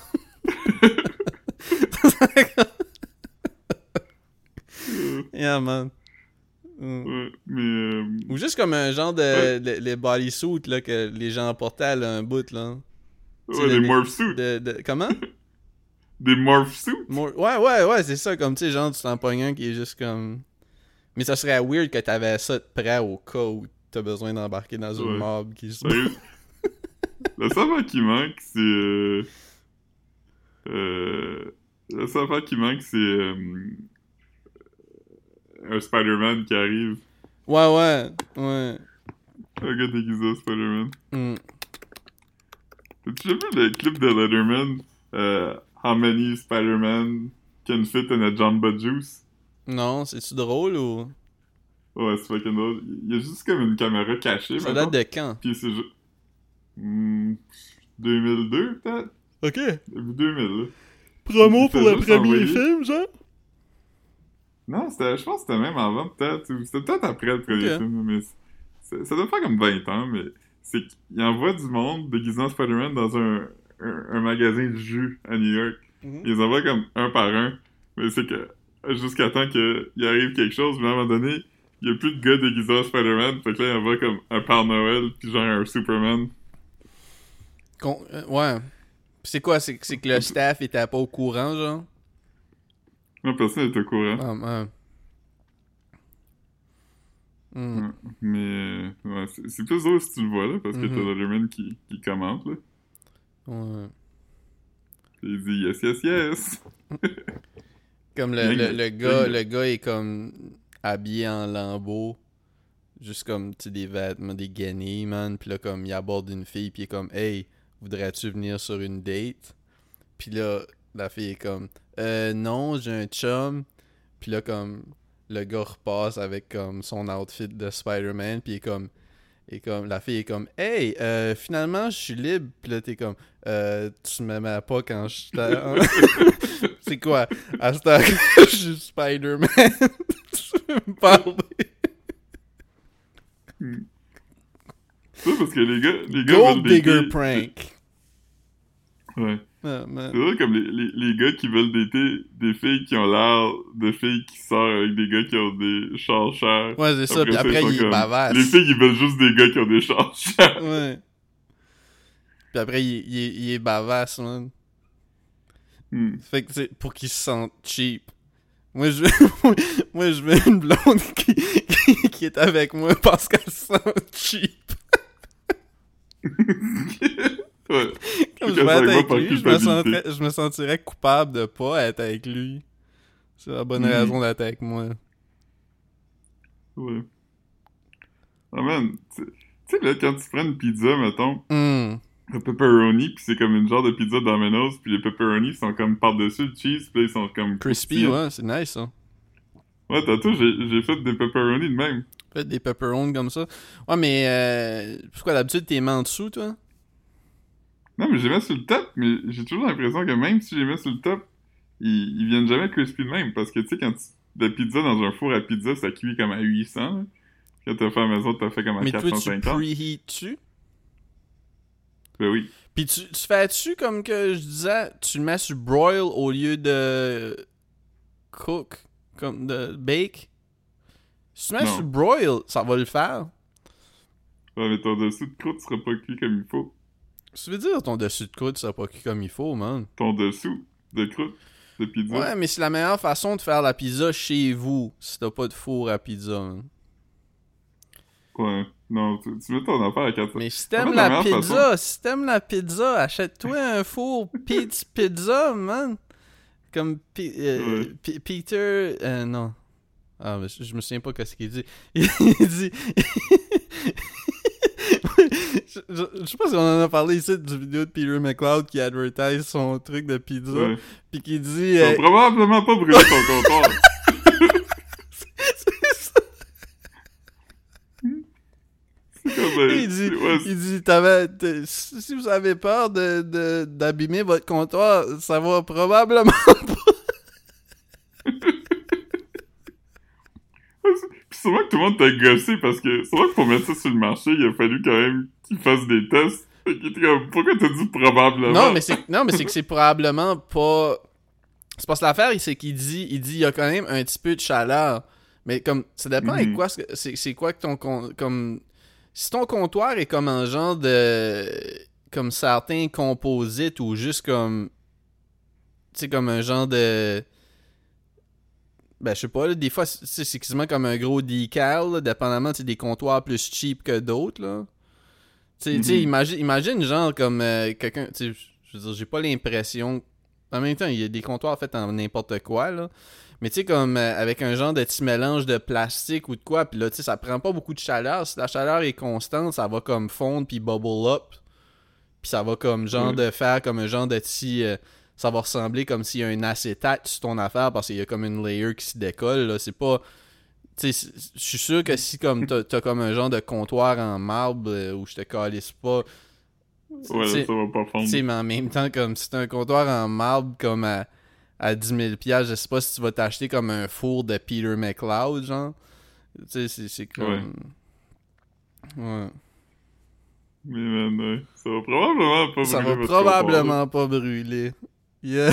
Yeah, man. Ouais, mais... Ou juste comme un genre de... les bodysuits, là, que les gens portaient là, un bout, là. Ouais, des morph suits. Comment? Des morph suits. Ouais, c'est ça, comme, tu sais, genre, tu t'en pognes un qui est juste comme... Mais ça serait weird que t'avais ça de prêt au cas où t'as besoin d'embarquer dans une mob qui se... La seule affaire qui manque, c'est... la seule affaire qui manque, c'est... un Spider-Man qui arrive. Ouais. Un gars déguisé en Spider-Man. Mm. T'as-tu déjà vu le clip de Letterman? How many Spider-Man can fit in a Jamba Juice? Non, c'est-tu drôle ou... Ouais, c'est fucking drôle. Il y a juste comme une caméra cachée, Ça date de quand? Pis c'est juste... 2002, peut-être? Ok. Début 2000, là. Promo pour le premier film, genre? Non, je pense que c'était même avant, peut-être. Ou c'était peut-être après le premier film, mais ça doit faire comme 20 ans, mais c'est qu'il envoie du monde déguisé en Spider-Man dans un magasin de jus à New York. Mm-hmm. Ils les envoient comme un par un, mais c'est que jusqu'à temps qu'il arrive quelque chose, mais à un moment donné, il y a plus de gars déguisés en Spider-Man, fait que là, il envoie comme un Père Noël, puis genre un Superman. Ouais. Pis c'est quoi? C'est que le staff était pas au courant, genre? Non, personne n'est au courant. Ouais, mais ouais, c'est plus drôle si tu le vois là, parce que t'as Letterman qui commente là. Ouais. Et il dit yes. Comme le gars est comme habillé en lambeau, juste comme, tu sais, des vêtements, des guenilles, man. Pis là, comme, il aborde une fille, pis il est comme, hey, voudrais-tu venir sur une date? Pis là, la fille est comme, non, j'ai un chum. Pis là, comme, le gars repasse avec comme son outfit de Spider-Man, pis la fille est comme, hey, finalement, je suis libre. Pis là, t'es comme, tu m'aimais pas quand je C'est quoi? À ce temps que je suis Spider-Man. Tu veux me parler? C'est parce que les gars Gold veulent digger dater... prank. Ouais. Ah, man. C'est vrai comme les gars qui veulent dater des filles qui ont l'air de filles qui sortent avec des gars qui ont des chars chers. Ouais, c'est ça. Puis après, il est bavasse. Les filles, ils veulent juste des gars qui ont des chars chers. Ouais. Puis après, il est bavasse, man. Fait que, c'est pour qu'il se sente cheap. Moi, je veux une blonde qui est avec moi parce qu'elle se sent cheap. Ouais. Comme je vais être avec lui, je me sentirais coupable de pas être avec lui. C'est la bonne raison d'être avec moi. Ouais. Ah man, tu sais là, quand tu prends une pizza, mettons, le pepperoni, pis c'est comme une genre de pizza Domino's, pis les pepperoni sont comme par-dessus le cheese, pis ils sont comme... Crispy, ouais, c'est nice, ça. Ouais, tantôt, j'ai fait des pepperoni de même. Fait des pepperonis comme ça. Ouais, mais pourquoi d'habitude t'es mis en dessous, toi? Non, mais je les mets sur le top, mais j'ai toujours l'impression que même si je les mets sur le top, ils viennent jamais crispy de même. Parce que, tu sais, quand la pizza dans un four à pizza, ça cuit comme à 800. Là. Quand t'as fait à la maison, t'as fait comme à 450. Mais toi, tu preheat-tu? Ben oui. Pis tu fais-tu, comme que je disais, tu le mets sur broil au lieu de cook, comme de bake? Si tu mets sur broil, ça va le faire. Ouais, mais ton dessous de croûte sera pas cuit comme il faut. Ça veut dire ton dessus de croûte sera pas cuit comme il faut, man. Ton dessous de croûte de pizza. Ouais, mais c'est la meilleure façon de faire la pizza chez vous, si t'as pas de four à pizza, man. Ouais. Non, tu mets ton affaire à 400. Mais si t'aimes la pizza, achète-toi un four pizza, man. Comme Peter... non. Ah, mais je me souviens pas qu'est-ce qu'il dit. Il dit... je sais pas si on en a parlé ici du vidéo de Peter McLeod qui advertise son truc de pizza. Ouais. Pis qui dit... Ils ont probablement pas brûlé ton comptoir. C'est ça. Il dit, si vous avez peur d'abîmer votre comptoir, ça va probablement pas. Pis sûrement que tout le monde t'a gossé parce que sûrement que pour mettre ça sur le marché, il a fallu quand même qu'ils fassent des tests. Fait qu'il était comme, pourquoi t'as dit probablement? Non, mais c'est que c'est probablement pas... C'est parce que l'affaire, c'est qu'il dit il y a quand même un petit peu de chaleur. Mais comme, ça dépend avec quoi, c'est quoi que comme, si ton comptoir est comme un genre de, comme certains composites ou juste comme, tu sais, comme un genre de, ben je sais pas, là, des fois, c'est quasiment comme un gros decal, là, dépendamment, des comptoirs plus cheap que d'autres, là. Tu sais, imagine genre comme quelqu'un, tu sais, je veux dire, j'ai pas l'impression, en même temps, il y a des comptoirs faits en n'importe quoi, là. Mais tu sais, comme avec un genre de petit mélange de plastique ou de quoi, puis là, tu sais, ça prend pas beaucoup de chaleur. Si la chaleur est constante, ça va comme fondre puis bubble up. Puis ça va comme genre de faire comme un genre de petit... ça va ressembler comme s'il y a un acétate sur ton affaire parce qu'il y a comme une layer qui se décolle, là. C'est pas... Tu sais, je suis sûr que si comme t'as comme un genre de comptoir en marbre où je te calisse pas... Ouais, là, ça va pas fondre. Tu sais, mais en même temps, comme si t'as un comptoir en marbre comme à 10 000 $, je sais pas si tu vas t'acheter comme un four de Peter McLeod, genre. Tu sais, c'est comme... Ouais. Mais man, ouais. Ça va probablement pas brûler. Ça va probablement pas brûler. Yeah.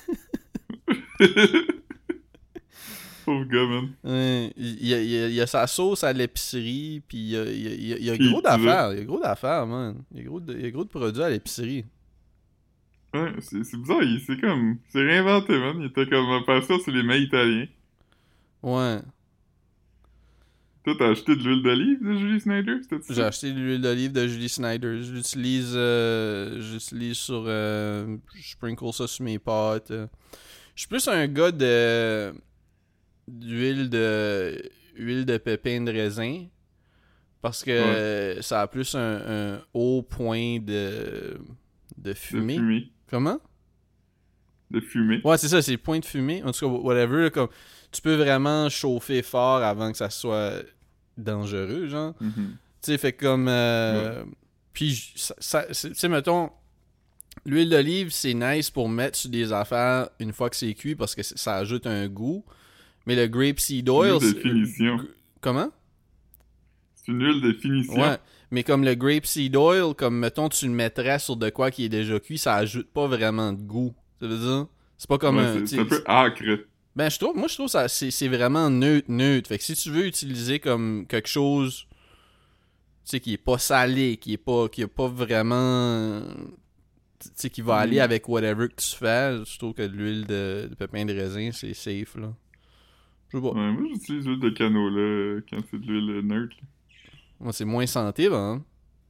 Pauvre gars, man. Ouais. Il y a sa sauce à l'épicerie, puis il y a gros d'affaires. Il y a gros d'affaires, man. Il y a gros de produits à l'épicerie. Ouais, c'est bizarre, c'est comme... C'est réinventé, man. Il était comme pas ça sur les mets italiens. Ouais. Toi, t'as acheté de l'huile d'olive de Julie Snyder? J'ai acheté de l'huile d'olive de Julie Snyder. J'utilise sur... je sprinkle ça sur mes pâtes. Je suis plus un gars d'huile de pépins de raisin. Parce que ça a plus un haut point de fumée. De fumée. Comment? De fumée. Ouais, c'est ça, c'est point de fumée. En tout cas, whatever. Comme, tu peux vraiment chauffer fort avant que ça soit dangereux, genre. Tu sais, fait comme... Puis, tu sais, mettons, l'huile d'olive, c'est nice pour mettre sur des affaires une fois que c'est cuit parce que ça ajoute un goût. Mais le grapeseed oil... C'est une huile de finition. Comment? C'est une huile de finition. Ouais, mais comme le grapeseed oil, comme, mettons, tu le mettrais sur de quoi qui est déjà cuit, ça ajoute pas vraiment de goût. Ça veut dire... C'est pas comme c'est un peu acre. Ben, je trouve ça, c'est vraiment neutre. Fait que si tu veux utiliser comme quelque chose, tu sais, qui est pas salé, qui a pas vraiment, tu sais, qui va aller avec whatever que tu fais, je trouve que l'huile de pépins de raisin, c'est safe, là. Je sais pas. Ouais, moi, j'utilise l'huile de canola quand c'est de l'huile neutre. Moi, c'est moins santé, hein.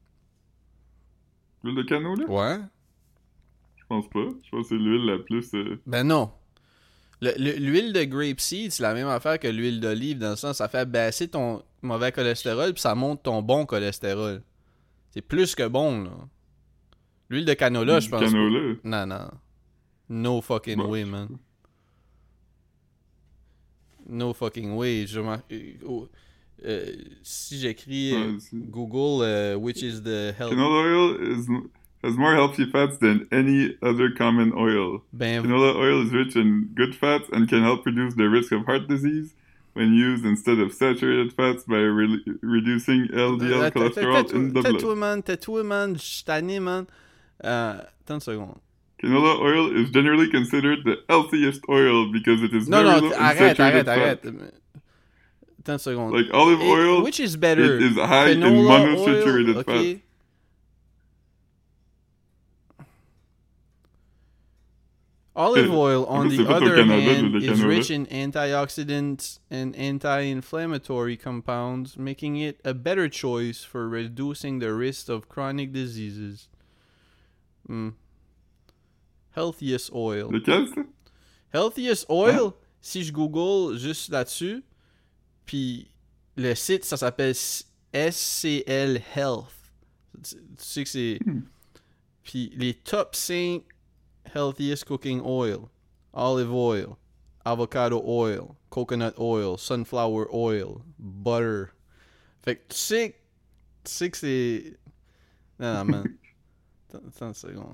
L'huile de canola? Ouais. Je pense pas. Je pense que c'est l'huile la plus... Ben non. L'huile de grapeseed, c'est la même affaire que l'huile d'olive, dans le sens ça fait baisser ton mauvais cholestérol puis ça monte ton bon cholestérol. C'est plus que bon, là. L'huile de canola, je pense canola? pas. Non. No fucking way, man. No fucking way. Si j'écris Google, which is the health... Canola oil has more healthy fats than any other common oil. Ben, Canola oil is rich in good fats and can help reduce the risk of heart disease when used instead of saturated fats by reducing LDL cholesterol in the blood. Tais-toi, man. Je suis tanné, man. Attends une seconde. Canola oil is generally considered the healthiest oil because it is No, very low in saturated arrête. fat. Attends une seconde. Like olive oil, which is better? it is high in Canola monosaturated oil, fat. okay. Olive oil, on the other hand, is rich in antioxidants and anti-inflammatory compounds, making it a better choice for reducing the risk of chronic diseases. Healthiest oil. Lequel, ça? Healthiest oil, si je google juste là-dessus, puis le site, ça s'appelle SCL Health. Tu sais que c'est... Puis les top 5 healthiest cooking oil: olive oil, avocado oil, coconut oil, sunflower oil, butter. Fait que tu sais que c'est... Non, man. Attends une seconde.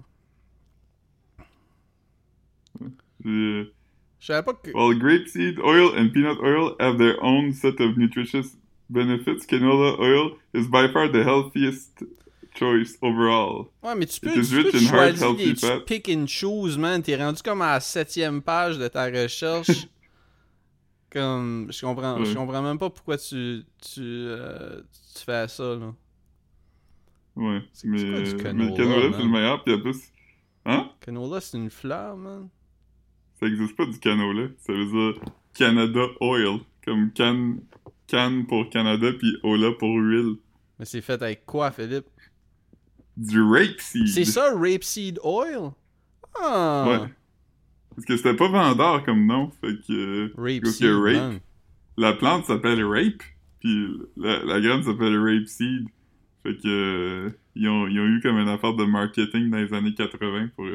Je savais pas que... While grapeseed oil and peanut oil have their own set of nutritious benefits, canola oil is by far the healthiest choice overall. Ouais, mais tu peux choisir des petits pick and choose, man. T'es rendu comme à la 7e page de ta recherche. comme, je comprends même pas pourquoi tu fais ça, là. Ouais, C'est quoi du mais le canola, canola, c'est le man? meilleur, puis en plus... Hein? Canola, c'est une fleur, man. Ça existe pas du canola. Ça veut dire Canada Oil. Comme canne pour Canada, puis Ola pour huile. Mais c'est fait avec quoi, Philippe? Du rapeseed. C'est ça, rapeseed oil? Ah! Ouais. Parce que c'était pas vendeur comme nom. Fait que... Rapeseed, rape. man. La plante s'appelle rape, puis la graine s'appelle rapeseed. Fait que... ils ont eu comme une affaire de marketing dans les années 80 pour...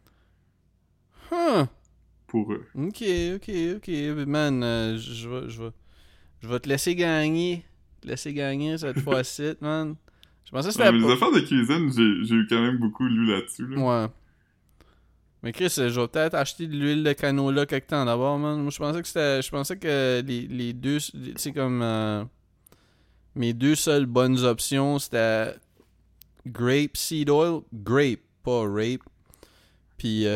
Huh. pour Ok. Man, je vais te laisser gagner. Cette fois-ci, man. Je pensais que c'était mais les pas... affaires de cuisine, j'ai eu quand même beaucoup lu là-dessus. Là. Ouais. Mais Chris, je vais peut-être acheter de l'huile de canola quelque temps d'abord, man. Moi, je pensais que les deux... C'est comme... mes deux seules bonnes options, c'était... Grape seed oil. Grape, pas rape. Puis...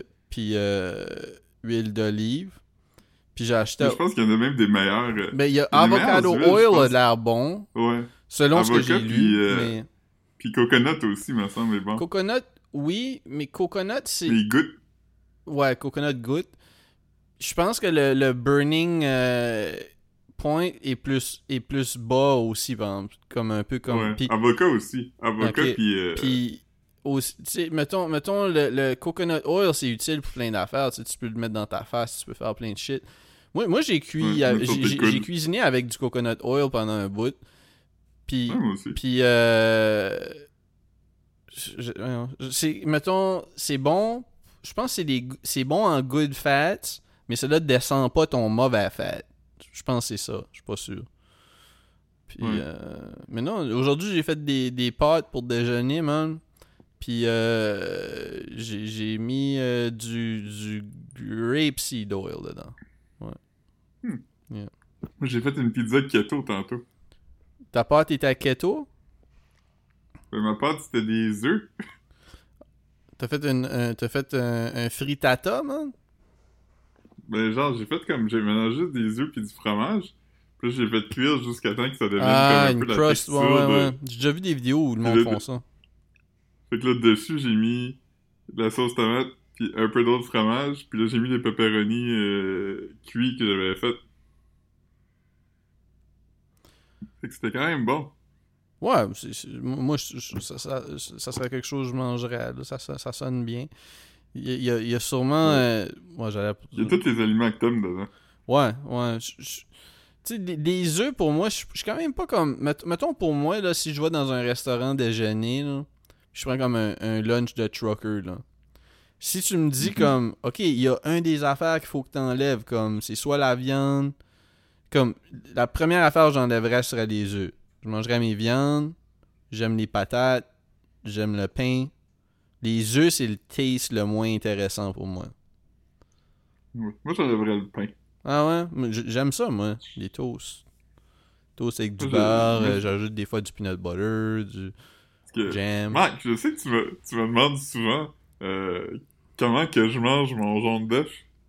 huile d'olive. Puis j'ai acheté... Mais je pense qu'il y en a même des meilleurs... Ben, il y a avocado oil a de l'air bon. Ouais. Selon Avocat, ce que j'ai lu. Mais... Puis coconut aussi, me semble, est bon. Coconut, oui, mais coconut, c'est... Mais il goûte. Ouais, coconut goûte. Je pense que le burning point est plus bas aussi, par exemple. Comme un peu comme... Ouais. Puis, Avocat aussi. Avocat, ok. puis... Puis, aussi, tu sais, mettons le coconut oil, c'est utile pour plein d'affaires. Tu sais, tu peux le mettre dans ta face, tu peux faire plein de shit. Moi j'ai cuit... Ouais, j'ai cuisiné avec du coconut oil pendant un bout. Puis... Ouais, moi aussi. Puis, mettons, c'est bon. Je pense que c'est bon en good fats, mais cela descend pas ton mauvais fat. Je pense que c'est ça. Je suis pas sûr. Puis, Ouais. mais non, aujourd'hui, j'ai fait des pâtes pour déjeuner, man. Puis, j'ai mis du rapeseed oil dedans. Ouais. Yeah. Moi, j'ai fait une pizza keto tantôt. Ta pâte était à keto? Mais ma pâte, c'était des œufs. T'as fait un frittata, man? Ben, genre, j'ai mélangé des œufs puis du fromage. Puis là, j'ai fait cuire jusqu'à temps que ça devienne Ah, comme un une peu la crust, texture ouais. de... J'ai déjà vu des vidéos où le monde font ça. Fait que là, dessus, j'ai mis de la sauce tomate puis un peu d'autre fromage. Puis là, j'ai mis les pepperonis cuits que j'avais fait. Fait que c'était quand même bon. Ouais, moi, ça serait quelque chose que je mangerais. Là. Ça sonne bien. Il y a sûrement... Il y a tous les aliments que t'aimes dedans. Ouais. Tu sais, des œufs, pour moi, je suis quand même pas comme... Mettons, pour moi, là, si je vais dans un restaurant déjeuner, là, je prends comme un lunch de trucker, là. Si tu me dis comme... OK, il y a un des affaires qu'il faut que t'enlèves, comme... C'est soit la viande... Comme... La première affaire que j'enlèverais serait les œufs. Je mangerais mes viandes, j'aime les patates, j'aime le pain. Les œufs, c'est le taste le moins intéressant pour moi. Ouais. Moi, j'enlèverais le pain. Ah ouais? J'aime ça, moi, les toasts. Toast avec du Moi, beurre, j'ajoute des fois du peanut butter, du jam. Mike, je sais que tu me demandes souvent comment que je mange mon jaune d'œuf.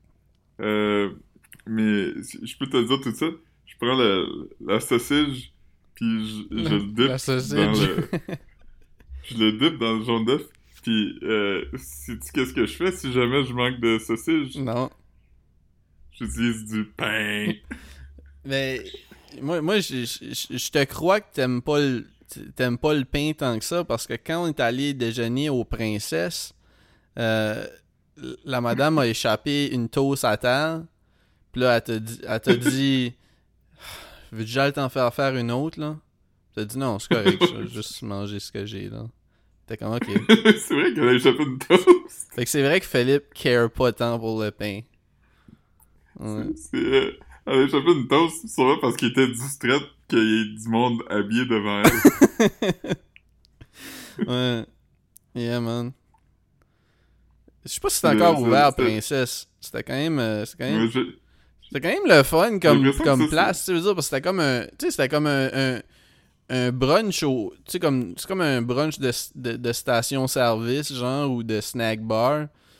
Mais je peux te le dire tout de suite. Je prends la sausage puis je le dip La sausage. je le dip dans le jaune d'œuf. Puis sais-tu qu'est-ce que je fais si jamais je manque de sausage? Non. J'utilise du pain. Mais moi je te crois que t'aimes pas le pain tant que ça, parce que quand on est allé déjeuner aux Princesses, la madame a échappé une toast à terre. Puis là, elle t'a dit veux-tu que j'aille t'en faire une autre, là? T'as dit non, c'est correct, je vais juste manger ce que j'ai, là. T'es comme, ok. C'est vrai qu'elle a échappé une toast. Fait que c'est vrai que Philippe care pas tant pour le pain. Ouais. Elle a échappé une toast, sûrement parce qu'il était distrait qu'il y ait du monde habillé devant elle. Ouais. Yeah, man. Je sais pas si c'est encore ouvert, Princesse. C'était quand même... C'était quand même le fun comme place, tu veux dire, parce que c'était comme un brunch c'est comme un brunch de station-service, genre, ou de snack bar,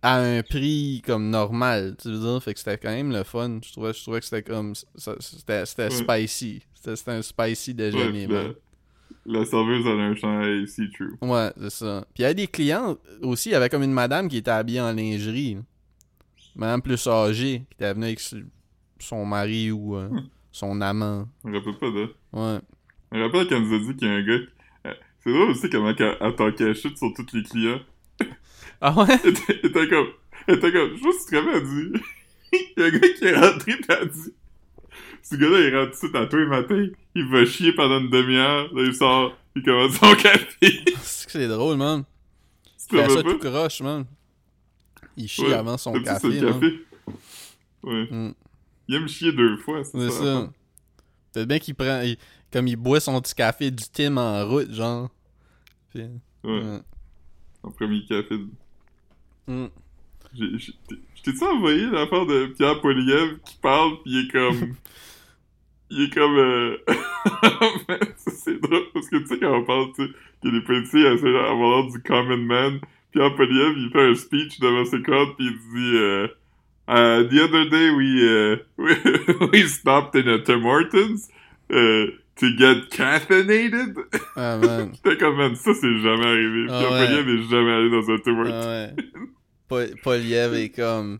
à un prix comme normal, tu veux dire, fait que c'était quand même le fun. Je trouvais que c'était comme c'était Ouais. spicy. C'était un spicy Ouais, déjeuner, puis man. la serveuse, elle a un chandail see-through. Ouais, c'est ça. Puis il y avait des clients aussi, il y avait comme une madame qui était habillée en lingerie. Madame plus âgée, qui était venue avec son mari ou son amant. Je me rappelle pas de. Ouais. Je me rappelle qu'elle nous a dit qu'il y a un gars. C'est drôle aussi comment elle t'en cachait sur tous les clients. Ah ouais? Elle était comme, je sais pas si tu te rappelles, elle dit. Il y a un gars qui est rentré pis elle dit. Ce gars-là, il rentre tout de suite à tous les matins. Il va chier pendant une demi-heure. Là, il sort. Il commence son café. C'est drôle, man. Tu Il te fait ça rappelles tout pas? croche, man. Il chie Ouais. avant son D'habitude, c'est café, le man. café. Ouais. Mm. Il aime chier 2 fois, c'est C'est ça. ça. Peut-être bien qu'il prend... comme il boit son petit café du Tim en route, genre. Puis, Ouais. Son premier café. Mm. Je t'ai-tu envoyé l'affaire de Pierre Poilievre qui parle pis il est comme... Il est comme... Ça, c'est drôle, parce que tu sais, quand on parle, tu sais, que les policiers essaient d'avoir l'air du common man, Pierre Poilievre, il fait un speech devant ses cordes pis il dit... the other day we stopped in a Tim Hortons to get caffeinated. Ah, man. J'étais comme, man, ça c'est jamais arrivé. Ah, Pierre ouais. Poilievre est jamais allé dans un Tim Hortons. Ah, ouais. Poliev est comme...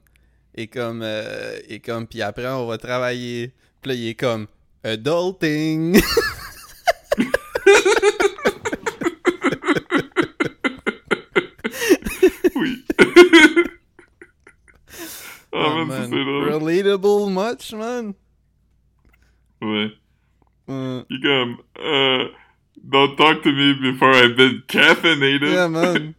Puis après, on va travailler. Puis là, il est comme... Adulting! Oui. Oh, Oh, man, ça man. c'est drôle. Relatable much, man? Ouais. Mm. Il est comme, don't talk to me before I've been caffeinated. Yeah, man.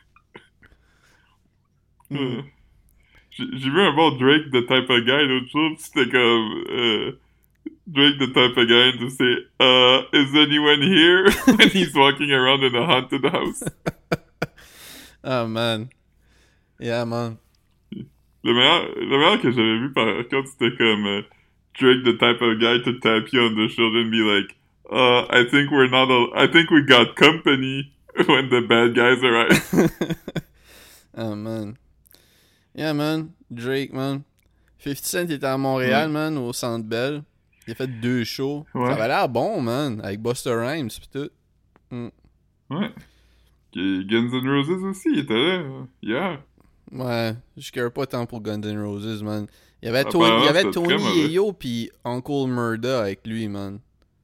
Mm. J'ai vu un bon Drake, the type of guy, l'autre jour, pis c'était comme, Drake, the type of guy, to say, is anyone here? When he's walking around in a haunted house. Oh, man. Yeah, man. Le meilleur que j'avais vu par contre, c'était comme, Drake, the type of guy to tap you on the shoulder and be like, I think I think we got company when the bad guys arrive. Oh, man. Yeah, man. Drake, man. 50 Cent était à Montréal, man, au Centre Bell. Il a fait 2 shows. Ouais. Ça avait l'air bon, man, avec Busta Rhymes pis tout. Ouais. Guns N' Roses aussi, il était là. Yeah. Ouais, je care pas tant pour Guns N' Roses, man. Il y avait Apparemment, c'était très Tony mauvais. Yayo pis Uncle Murda avec lui, man.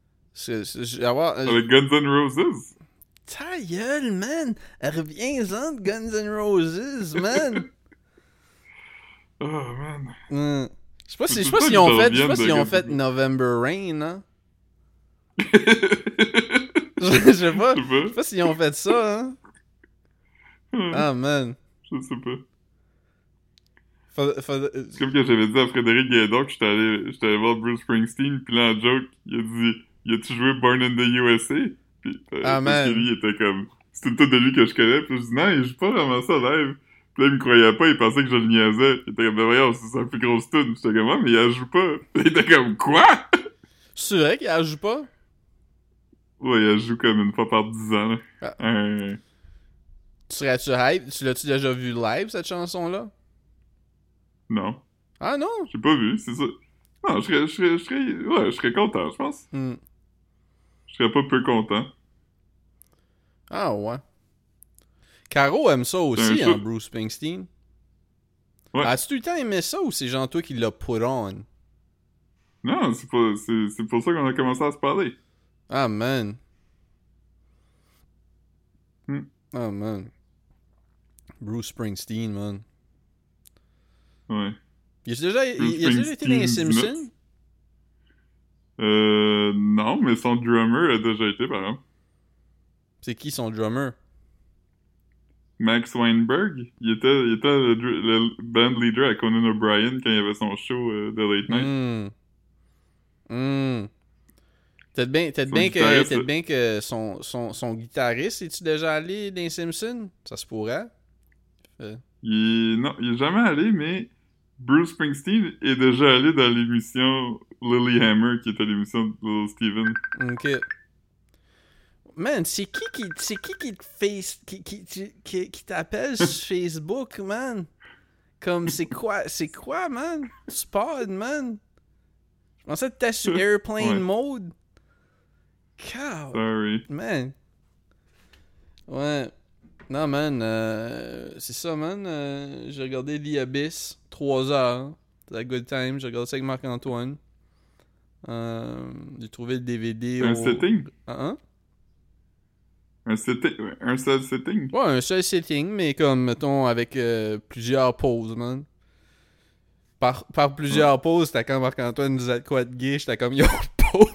Avec Guns N' Roses? Ta gueule, man! Reviens-en de Guns N' Roses, man! Oh, man. Je sais pas C'est s'ils pas qu'ils ont reviennent fait, de fait Guns N' November Rain, hein? Je sais pas. Je sais pas. Je sais pas s'ils ont fait ça, hein? Ah, man. Je sais pas. Faudrait- C'est comme que j'avais dit à Frédéric Guédon que j'étais allé voir Bruce Springsteen, puis là, en joke, il a dit « Y a-tu joué Born in the USA? » Puis, Ah, parce man. que lui, il était comme... C'était une toute de lui que je connais, puis je dis « Non, il joue pas vraiment ça live. » Puis là, il me croyait pas, il pensait que je le niaisais. Puis il était comme « Ben voyons, c'est sa plus grosse tune. » J'étais comme « Ouais, mais il la joue pas. » Puis il était comme « Quoi? » C'est vrai qu'il la joue pas? Ouais, il la joue comme une fois par 10 ans, là. Ah. Serais-tu hype? Tu l'as-tu déjà vu live, cette chanson-là? Non. Ah, non? J'ai pas vu, c'est ça. Non, je serais content, je pense. Je serais pas peu content. Ah, ouais. Caro aime ça aussi, hein, Bruce Springsteen. Ouais. As-tu tout le temps aimé ça ou c'est genre toi qui l'as put on? Non, c'est pour ça qu'on a commencé à se parler. Ah, man. Ah, man. Bruce Springsteen, man. Ouais. Il a déjà été dans les Simpsons? Non, mais son drummer a déjà été, par exemple. C'est qui son drummer? Max Weinberg. Il était le band leader à Conan O'Brien quand il avait son show de Late Night. Peut-être bien que son guitariste, est-tu déjà allé dans les Simpsons? Ça se pourrait. Non, il est jamais allé, mais Bruce Springsteen est déjà allé dans l'émission Lilyhammer, qui était l'émission de Little Steven. Ok. Man, c'est qui te face qui t'appelle sur Facebook, man? Comme, c'est quoi, man? Spud, man? Je pensais que t'étais sur airplane mode. God, Sorry. man. Ouais. Non, man, c'est ça, man. J'ai regardé The Abyss, 3 heures. C'était un good time. J'ai regardé ça avec Marc-Antoine. J'ai trouvé le DVD Un setting? Hein? Un seul setting? Ouais, un seul setting, mais comme, mettons, avec plusieurs pauses, man. Par plusieurs pauses, c'était quand Marc-Antoine disait quoi de gay, j'étais comme, yo, pause!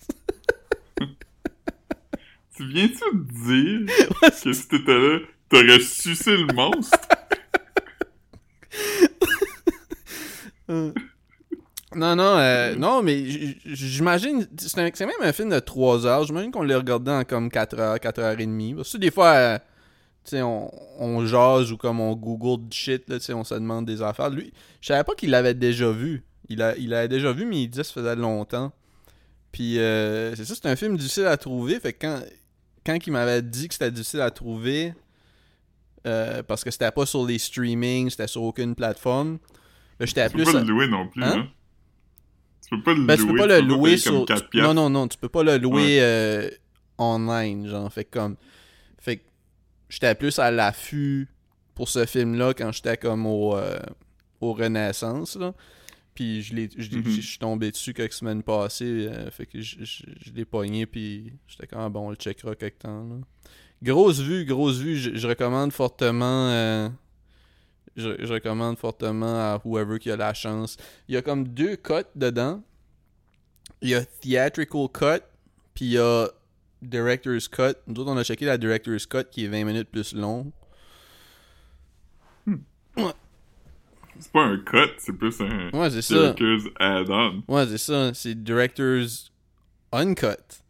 Tu viens-tu de dire que si t'étais là, t'aurais sucé le monstre? Non, mais j'imagine, c'est même un film de 3 heures, j'imagine qu'on l'a regardé en comme 4 heures, 4 heures et demie. Parce que des fois, tu sais, on jase ou comme on google du shit, là, tu sais, on se demande des affaires. Lui, je savais pas qu'il l'avait déjà vu. Il l'avait déjà vu, mais il disait que ça faisait longtemps. Puis, c'est ça, c'est un film difficile à trouver, fait que quand il m'avait dit que c'était difficile à trouver, parce que c'était pas sur les streamings, c'était sur aucune plateforme, là, j'étais Tu peux pas le louer non plus, hein? Tu peux pas le louer. Tu peux pas le louer sur... Non, non, tu peux pas le louer online, genre, fait que j'étais plus à l'affût pour ce film-là quand j'étais comme au Renaissance, là. Puis je suis tombé dessus quelques semaines passées, fait que je l'ai pogné, puis j'étais comme, bon, on le checkera quelque temps, là. Grosse vue, je recommande fortement... Je recommande fortement à whoever qui a la chance. Il y a comme 2 cuts dedans. Il y a Theatrical Cut, puis il y a Director's Cut. Nous autres, on a checké la Director's Cut qui est 20 minutes plus long. Ouais. C'est pas un cut, c'est plus un Director's add-on. Ouais, c'est ça. C'est Director's Uncut.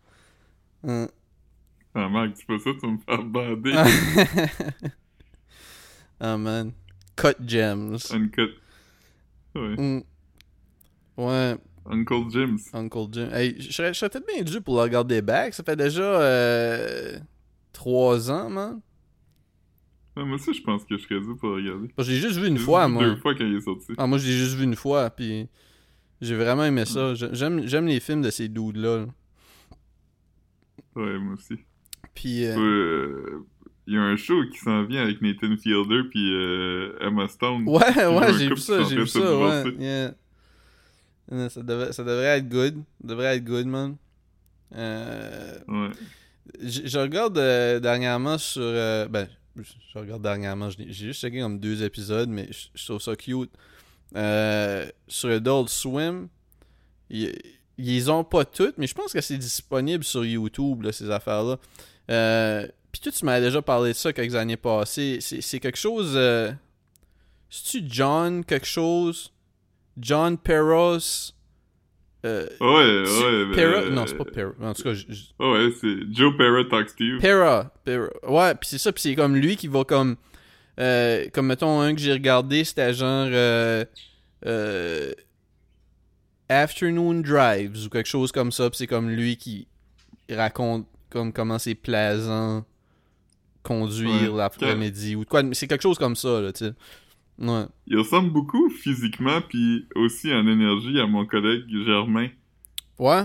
Ah, Marc, dis pas ça, tu vas me faire bander. Oh, man. Cut Gems. Uncut. Ouais. Ouais. Uncle Jim's. Hey, je serais peut-être bien dû pour le regarder back. Ça fait déjà 3 ans, man. Ouais, moi aussi, je pense que je serais dû pour le regarder. Je l'ai juste vu une fois, moi. 2 fois quand il est sorti. Ah, moi, je l'ai juste vu une fois, puis j'ai vraiment aimé ça. J'aime les films de ces dudes-là. Ouais, moi aussi. Puis... il y a un show qui s'en vient avec Nathan Fielder puis Emma Stone. Ouais, j'ai vu ça, ouais. Yeah. Ça devrait être good. Ça devrait être good, man. Ouais. Je regarde dernièrement sur... je regarde dernièrement. J'ai juste checké comme 2 épisodes, mais je trouve ça cute. Sur Adult Swim, ils ont pas toutes, mais je pense que c'est disponible sur YouTube, là, ces affaires-là. Puis toi, tu m'avais déjà parlé de ça quelques années passées. C'est quelque chose... C'est-tu John quelque chose? John Peros? Ouais. Non, c'est pas Pera. En tout cas, ouais, c'est Joe Pera Talks to You. Pera. Ouais, pis c'est ça, pis c'est comme lui qui va comme... comme mettons, un que j'ai regardé, c'était genre... Afternoon Drives ou quelque chose comme ça, pis c'est comme lui qui raconte comme comment c'est plaisant conduire l'après-midi ou de quoi. C'est quelque chose comme ça, là, tu sais. Ouais. Il ressemble beaucoup physiquement puis aussi en énergie à mon collègue Germain. Ouais.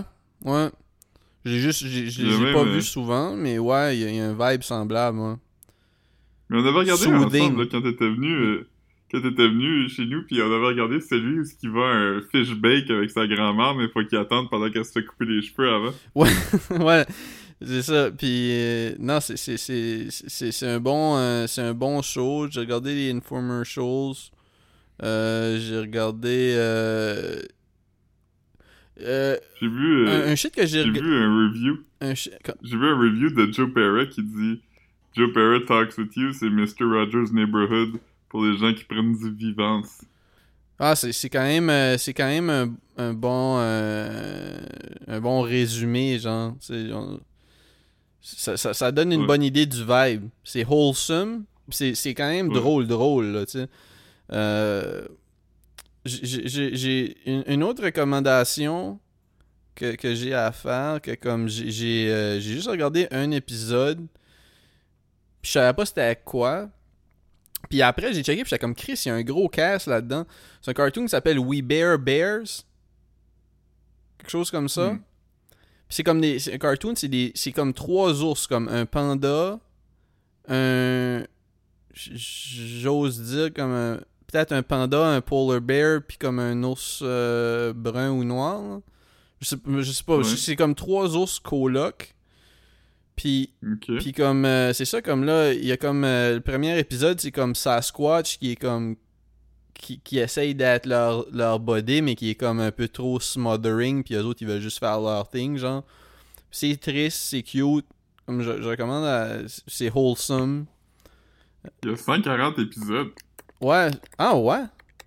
Je l'ai pas vu souvent, mais ouais, il y a un vibe semblable, ouais. Mais on avait regardé ensemble là, quand t'étais venu chez nous, puis on avait regardé celui où il va un fish bake avec sa grand-mère, mais il faut qu'il attende pendant qu'elle se fait couper les cheveux avant. Ouais. C'est ça, puis non, c'est un bon show. J'ai regardé les Infomercials. J'ai regardé j'ai vu un shit que j'ai vu un review. J'ai vu un review de Joe Pera qui dit Joe Pera Talks with You, c'est Mr. Rogers' Neighborhood pour les gens qui prennent du vivance. Ah, c'est quand même un bon résumé, genre. Ça donne une bonne idée du vibe. C'est wholesome. C'est quand même drôle, là, tu sais. J'ai une autre recommandation que j'ai à faire, que comme j'ai juste regardé un épisode, puis je savais pas c'était quoi. Puis après, j'ai checké, puis j'étais comme, Chris, il y a un gros cast là-dedans. C'est un cartoon qui s'appelle We Bear Bears. Quelque chose comme ça. Mm. Puis c'est comme c'est un cartoon, c'est comme 3 ours, comme un panda, un... J'ose dire comme peut-être un panda, un polar bear, puis comme un ours brun ou noir. Là. Je sais pas, Ouais. c'est comme 3 ours colocs. Puis Ok. puis comme c'est ça, comme là, il y a comme le premier épisode, c'est comme Sasquatch qui est comme qui essaye d'être leur body, mais qui est comme un peu trop smothering, puis eux autres ils veulent juste faire leur thing, genre. C'est triste, c'est cute, comme je recommande, c'est wholesome. Il y a 140 épisodes. Ouais, ah ouais.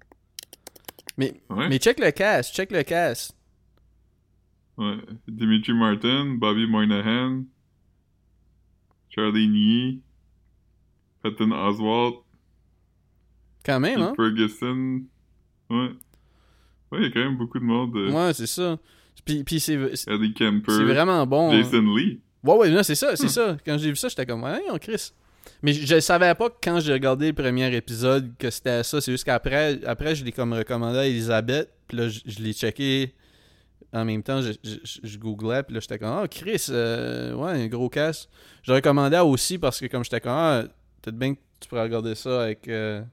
Ouais. Mais check le cast. Ouais. Dimitri Martin, Bobby Moynihan, Charlie Yee, Patton Oswalt, Quand même, Pete hein? Ferguson. Ouais. Ouais, il y a quand même beaucoup de monde. Ouais, c'est ça. Puis Eddie Kemper. c'est vraiment bon. Jason Lee. Ouais, non, c'est ça. Quand j'ai vu ça, j'étais comme, ouais, on Chris. Mais je savais pas que quand j'ai regardé le premier épisode que c'était ça. C'est juste qu'après, je l'ai comme recommandé à Elisabeth. Puis là, je l'ai checké en même temps. Je googlais. Puis là, j'étais comme, Chris, ouais, un gros casse. Je recommandais aussi parce que comme j'étais comme, peut-être bien que tu pourrais regarder ça avec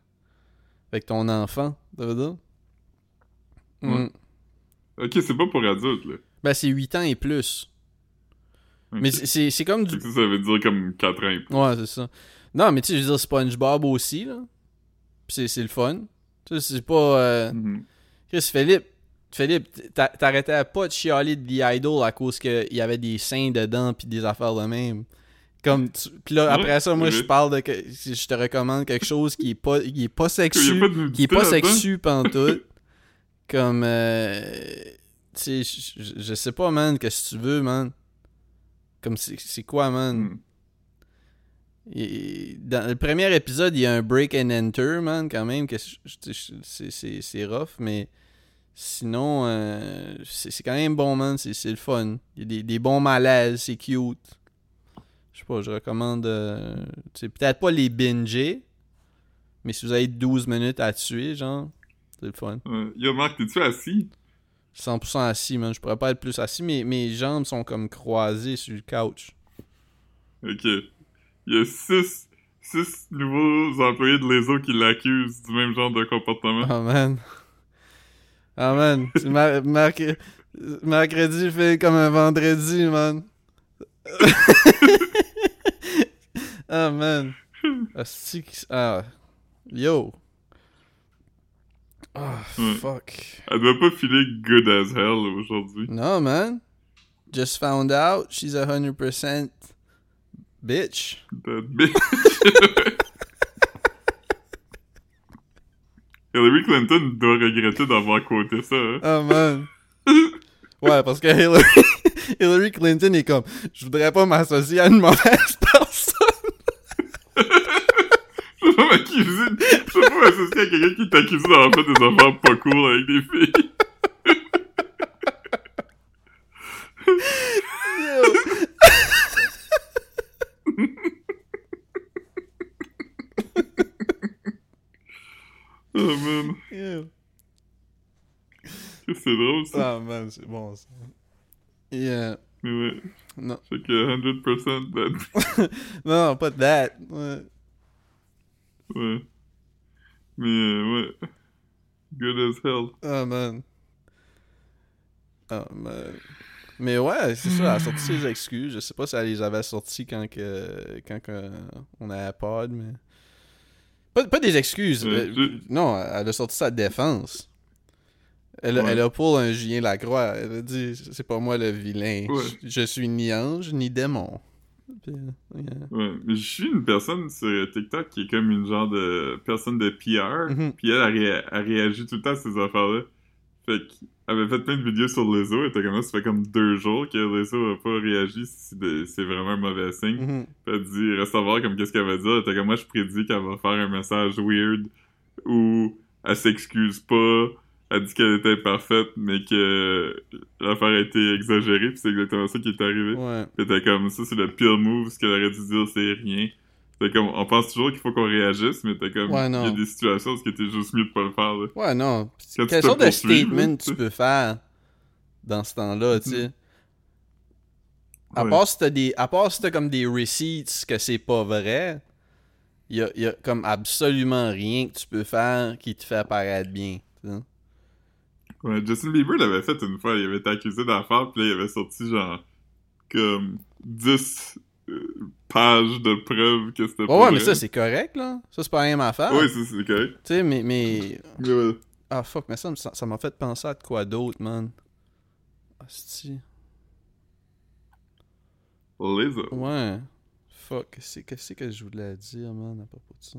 ton enfant. Ça veut dire? Ouais. Ok, c'est pas pour adultes, là. Ben, c'est 8 ans et plus. Ok. Mais c'est comme du... Ça veut dire comme 4 ans et plus. Ouais, c'est ça. Non, mais tu sais, je veux dire, SpongeBob aussi, là. Pis c'est le fun. Tu sais, c'est pas... Mhm. Chris, Philippe, t'arrêtais pas de chialer de The Idol à cause qu'il y avait des seins dedans pis des affaires de même. Comme pis là, après Ouais, ça, moi, c'est je vrai. parle de... Je te recommande quelque chose qui est pas Il y sexu. a pas de nudité Qui est pas là-dedans? sexu pantoute. Comme... tu sais, je sais pas, man, qu'est-ce que tu veux, man. Comme, c'est quoi, man? Hmm. Dans le premier épisode, il y a un break and enter, man, quand même, que c'est rough, mais sinon, c'est quand même bon, man, c'est le fun. Il y a des bons malaises, c'est cute. Je sais pas, je recommande, peut-être pas les binger, mais si vous avez 12 minutes à tuer, genre, c'est le fun. Yo, Marc, t'es-tu assis? 100% assis, man, je pourrais pas être plus assis, mais mes jambes sont comme croisées sur le couch. Ok. Il y a 6 nouveaux employés de l'ESO qui l'accusent du même genre de comportement. Oh man. Oh man. C'est mercredi fait comme un vendredi, man. Oh man. Yo. Oh Ouais. fuck. Elle doit pas filer good as hell aujourd'hui. No man. Just found out she's 100% bitch. That bitch. Hillary Clinton doit regretter d'avoir quoté ça, hein? Oh man. Ouais, parce que Hillary Clinton est comme, je voudrais pas m'associer à une mauvaise personne. Je peux pas m'accuser. Je peux pas m'associer à quelqu'un qui t'accuse d'avoir fait des affaires pas cool avec des filles. Oh man. Yo. C'est drôle ça. Ah man, c'est bon ça. Yeah. Mais ouais. Non. Fait que 100% that. Non, pas that. Ouais. Ouais. Mais ouais. Good as hell. Oh man. Oh man. Mais ouais, c'est ça, elle a sorti ses excuses. Je sais pas si elle les avait sorties quand on avait pod, mais. Pas des excuses. Non, elle a sorti sa défense. Elle a pour un Julien Lacroix. Elle a dit, c'est pas moi le vilain. Ouais. Je suis ni ange ni démon. Puis, yeah. Ouais, mais je suis une personne sur TikTok qui est comme une genre de personne de PR, Mhm. puis elle réagit tout le temps à ces affaires-là. Fait qu'elle avait fait plein de vidéos sur l'ESO, elle était comme ça fait comme 2 jours que l'ESO a pas réagi si c'est vraiment un mauvais signe. Mhm. Puis elle dit, reste à voir comme qu'est-ce qu'elle va dire. Elle était comme, moi je prédis qu'elle va faire un message weird où elle s'excuse pas, elle dit qu'elle était parfaite, mais que l'affaire a été exagérée, puis c'est exactement ça qui est arrivé. Ouais. C'était comme ça, c'est le pire move, ce qu'elle aurait dû dire, c'est rien. T'es comme, on pense toujours qu'il faut qu'on réagisse, mais t'es comme, Ouais, il y a non. des situations où c'était juste mieux de pas le faire, là. Ouais, non. Quand tu Quelle te sorte de poursuis, là, statement tu tu sais. peux faire dans ce temps-là, tu sais? À Ouais. part si t'as comme des receipts que c'est pas vrai, y a comme absolument rien que tu peux faire qui te fait paraître bien, tu sais. Ouais, Justin Bieber l'avait fait une fois, il avait été accusé d'affaires, puis là, il avait sorti genre, comme, 10 pages de preuves que c'était Ouais, pas ouais, mais ça, vrai. c'est correct, là. Ça, c'est pas rien à faire. Ouais, c'est correct. Tu sais, mais... Mais ouais, Ah, fuck, mais ça m'a fait penser à de quoi d'autre, man. Asti. Lizzo. Ouais. Fuck, qu'est-ce que je voulais dire, man, à propos de ça?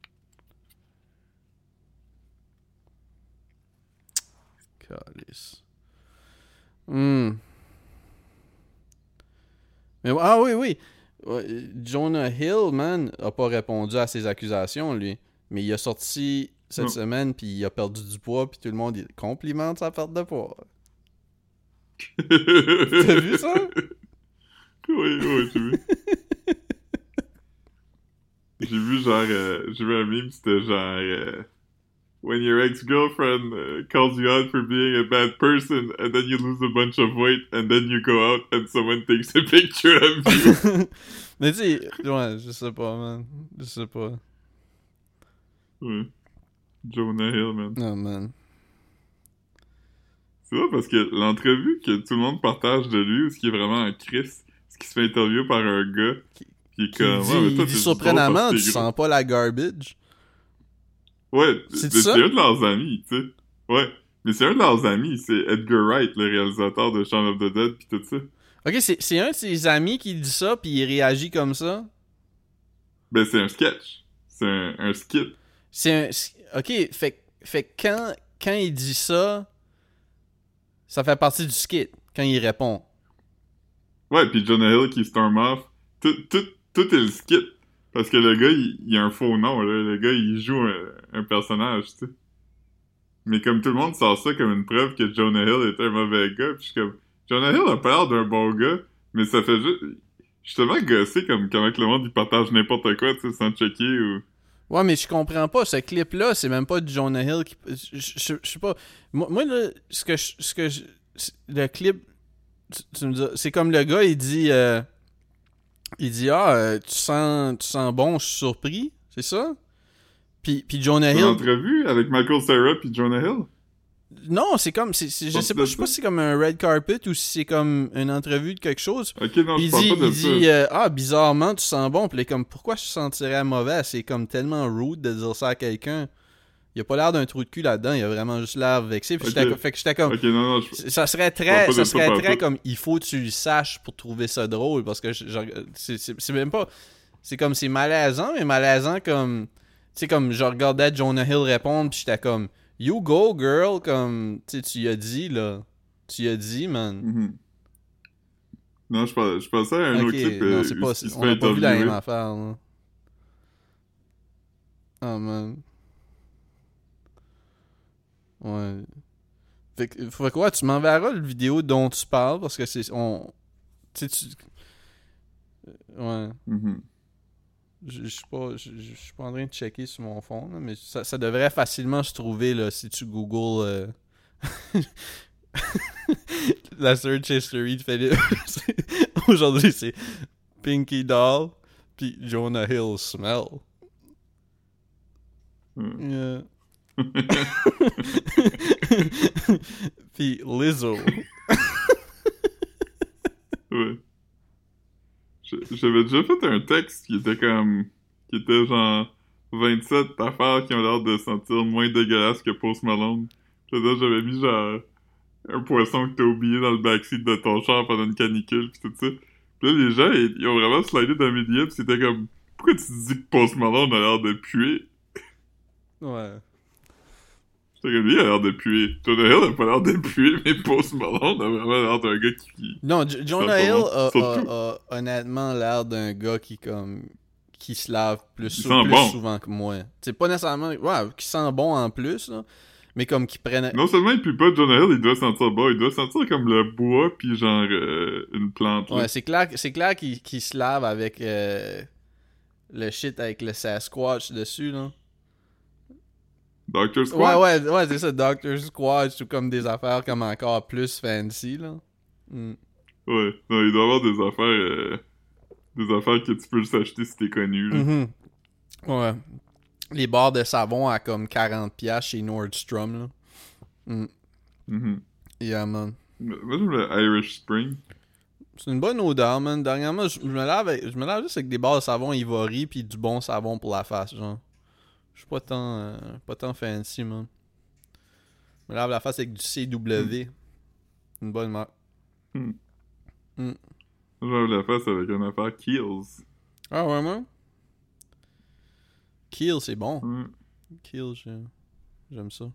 Calice. Mais, ah oui, oui. Ouais, Jonah Hill, man, a pas répondu à ces accusations, lui. Mais il a sorti cette Non. semaine, puis il a perdu du poids, puis tout le monde il complimente sa perte de poids. T'as vu ça? Oui, oui, j'ai vu. J'ai vu genre, j'ai vu un meme, c'était genre, when your ex-girlfriend calls you out for being a bad person, and then you lose a bunch of weight, and then you go out and someone takes a picture of you. Mais tu sais, ouais, je sais pas, man. Je sais pas. Ouais. Jonah Hill, man. Non, man. C'est vrai parce que l'entrevue que tout le monde partage de lui, ou ce qui est vraiment un Chris, ce qui se fait interviewer par un gars, qui est comme, ouais, mais Il toi, dit t'es juste drôle surprenamment, parce que tu t'es gros. sens pas la garbage. Ouais, C'est mais ça? c'est un de leurs amis, tu sais. Ouais, mais c'est un de leurs amis, c'est Edgar Wright, le réalisateur de Shaun of the Dead pis tout ça. Ok, c'est un de ses amis qui dit ça, puis il réagit comme ça. Ben, c'est un sketch. C'est un skit. C'est un. Ok, fait que quand il dit ça, ça fait partie du skit, quand il répond. Ouais, pis Jonah Hill qui storm off. Tout est le skit. Parce que le gars, il a un faux nom, là. Le gars, il joue un personnage, tu sais. Mais comme tout le monde sort ça comme une preuve que Jonah Hill était un mauvais gars, pis je suis comme... Jonah Hill a pas l'air d'un bon gars, mais ça fait juste... Je suis tellement gossé comme comment que le monde, il partage n'importe quoi, tu sais, sans checker ou... Ouais, mais je comprends pas. Ce clip-là, c'est même pas du Jonah Hill qui. Je sais pas. Moi, là, le clip. Tu me dis. C'est comme le gars, il dit. Tu sens bon, je suis surpris. C'est ça? Puis Jonah Une Hill. entrevue avec Michael Cera pis Jonah Hill? Non, c'est comme. Je sais pas si c'est comme un red carpet ou si c'est comme une entrevue de quelque chose. Ok, non, je parle pas de ça. Il dit, bizarrement, tu sens bon. Puis il est comme, pourquoi je sentirais mauvais? C'est comme tellement rude de dire ça à quelqu'un. Il a pas l'air d'un trou de cul là-dedans. Il a vraiment juste l'air vexé. Puis fait que j'étais comme. Ok, non, Ça serait parle pas de ça partout. très comme, il faut que tu le saches pour trouver ça drôle. Parce que c'est même pas. C'est comme, c'est malaisant, mais malaisant comme. Tu sais, comme, je regardais Jonah Hill répondre. Puis j'étais comme. You go, girl, comme, tu sais, tu y as dit, là. Tu y as dit, man. Mhm. Non, je pensais à un autre clip non, où c'est pas, il se on fait a pas vu la même interviewer. affaire, là. Oh, man. Ouais. Fait que quoi, tu m'enverras le vidéo dont tu parles, parce que c'est, tu sais, ouais. Mhm. Je suis pas en train de checker sur mon phone, là, mais ça devrait facilement se trouver, là, si tu googles, la search history de Philippe. Aujourd'hui, c'est Pinky Doll puis Jonah Hill Smell. Yeah. Puis Lizzo. Ouais. J'avais déjà fait un texte qui était comme... qui était genre 27 affaires qui ont l'air de sentir moins dégueulasse que Post Malone. Puis là, j'avais mis genre un poisson que t'as oublié dans le backseat de ton char pendant une canicule pis tout ça. Puis là, les gens, ils ont vraiment slidé dans mes DM pis c'était comme... Pourquoi tu dis que Post Malone a l'air de puer? Ouais. J'étais comme, lui, il a l'air de puer. Jonah Hill a pas l'air de puer, mais Post Malone a vraiment l'air d'un gars qui... Non, Jonah Hill Surtout. a honnêtement l'air d'un gars qui se lave plus sent bon. souvent que moi. C'est pas nécessairement... Ouais, qui sent bon en plus, là. Mais comme qui prennent... Non seulement il pue pas Jonah Hill, il doit sentir bon, il doit sentir comme le bois pis genre une plante. Là. Ouais, c'est clair qu'il se lave avec le shit avec le Sasquatch dessus, là. Dr. Squatch? Ouais, c'est ça, Dr. Squatch, ou comme des affaires comme encore plus fancy, là. Ouais, non, il doit y avoir des affaires que tu peux juste acheter si t'es connu, là. Mm-hmm. Ouais. Les barres de savon à comme 40$ chez Nordstrom, là. Mm-hmm. Yeah, man. Moi, j'aime le Irish Spring. C'est une bonne odeur, man. Dernièrement, je me lave juste avec des barres de savon Ivory pis du bon savon pour la face, genre. Je suis pas tant fancy, man. Je me lave la face avec du CW. Une bonne marque. J'aime la face avec une affaire Kiehl's. Ah ouais, man? Kiehl, c'est bon. Kiehl, j'aime ça.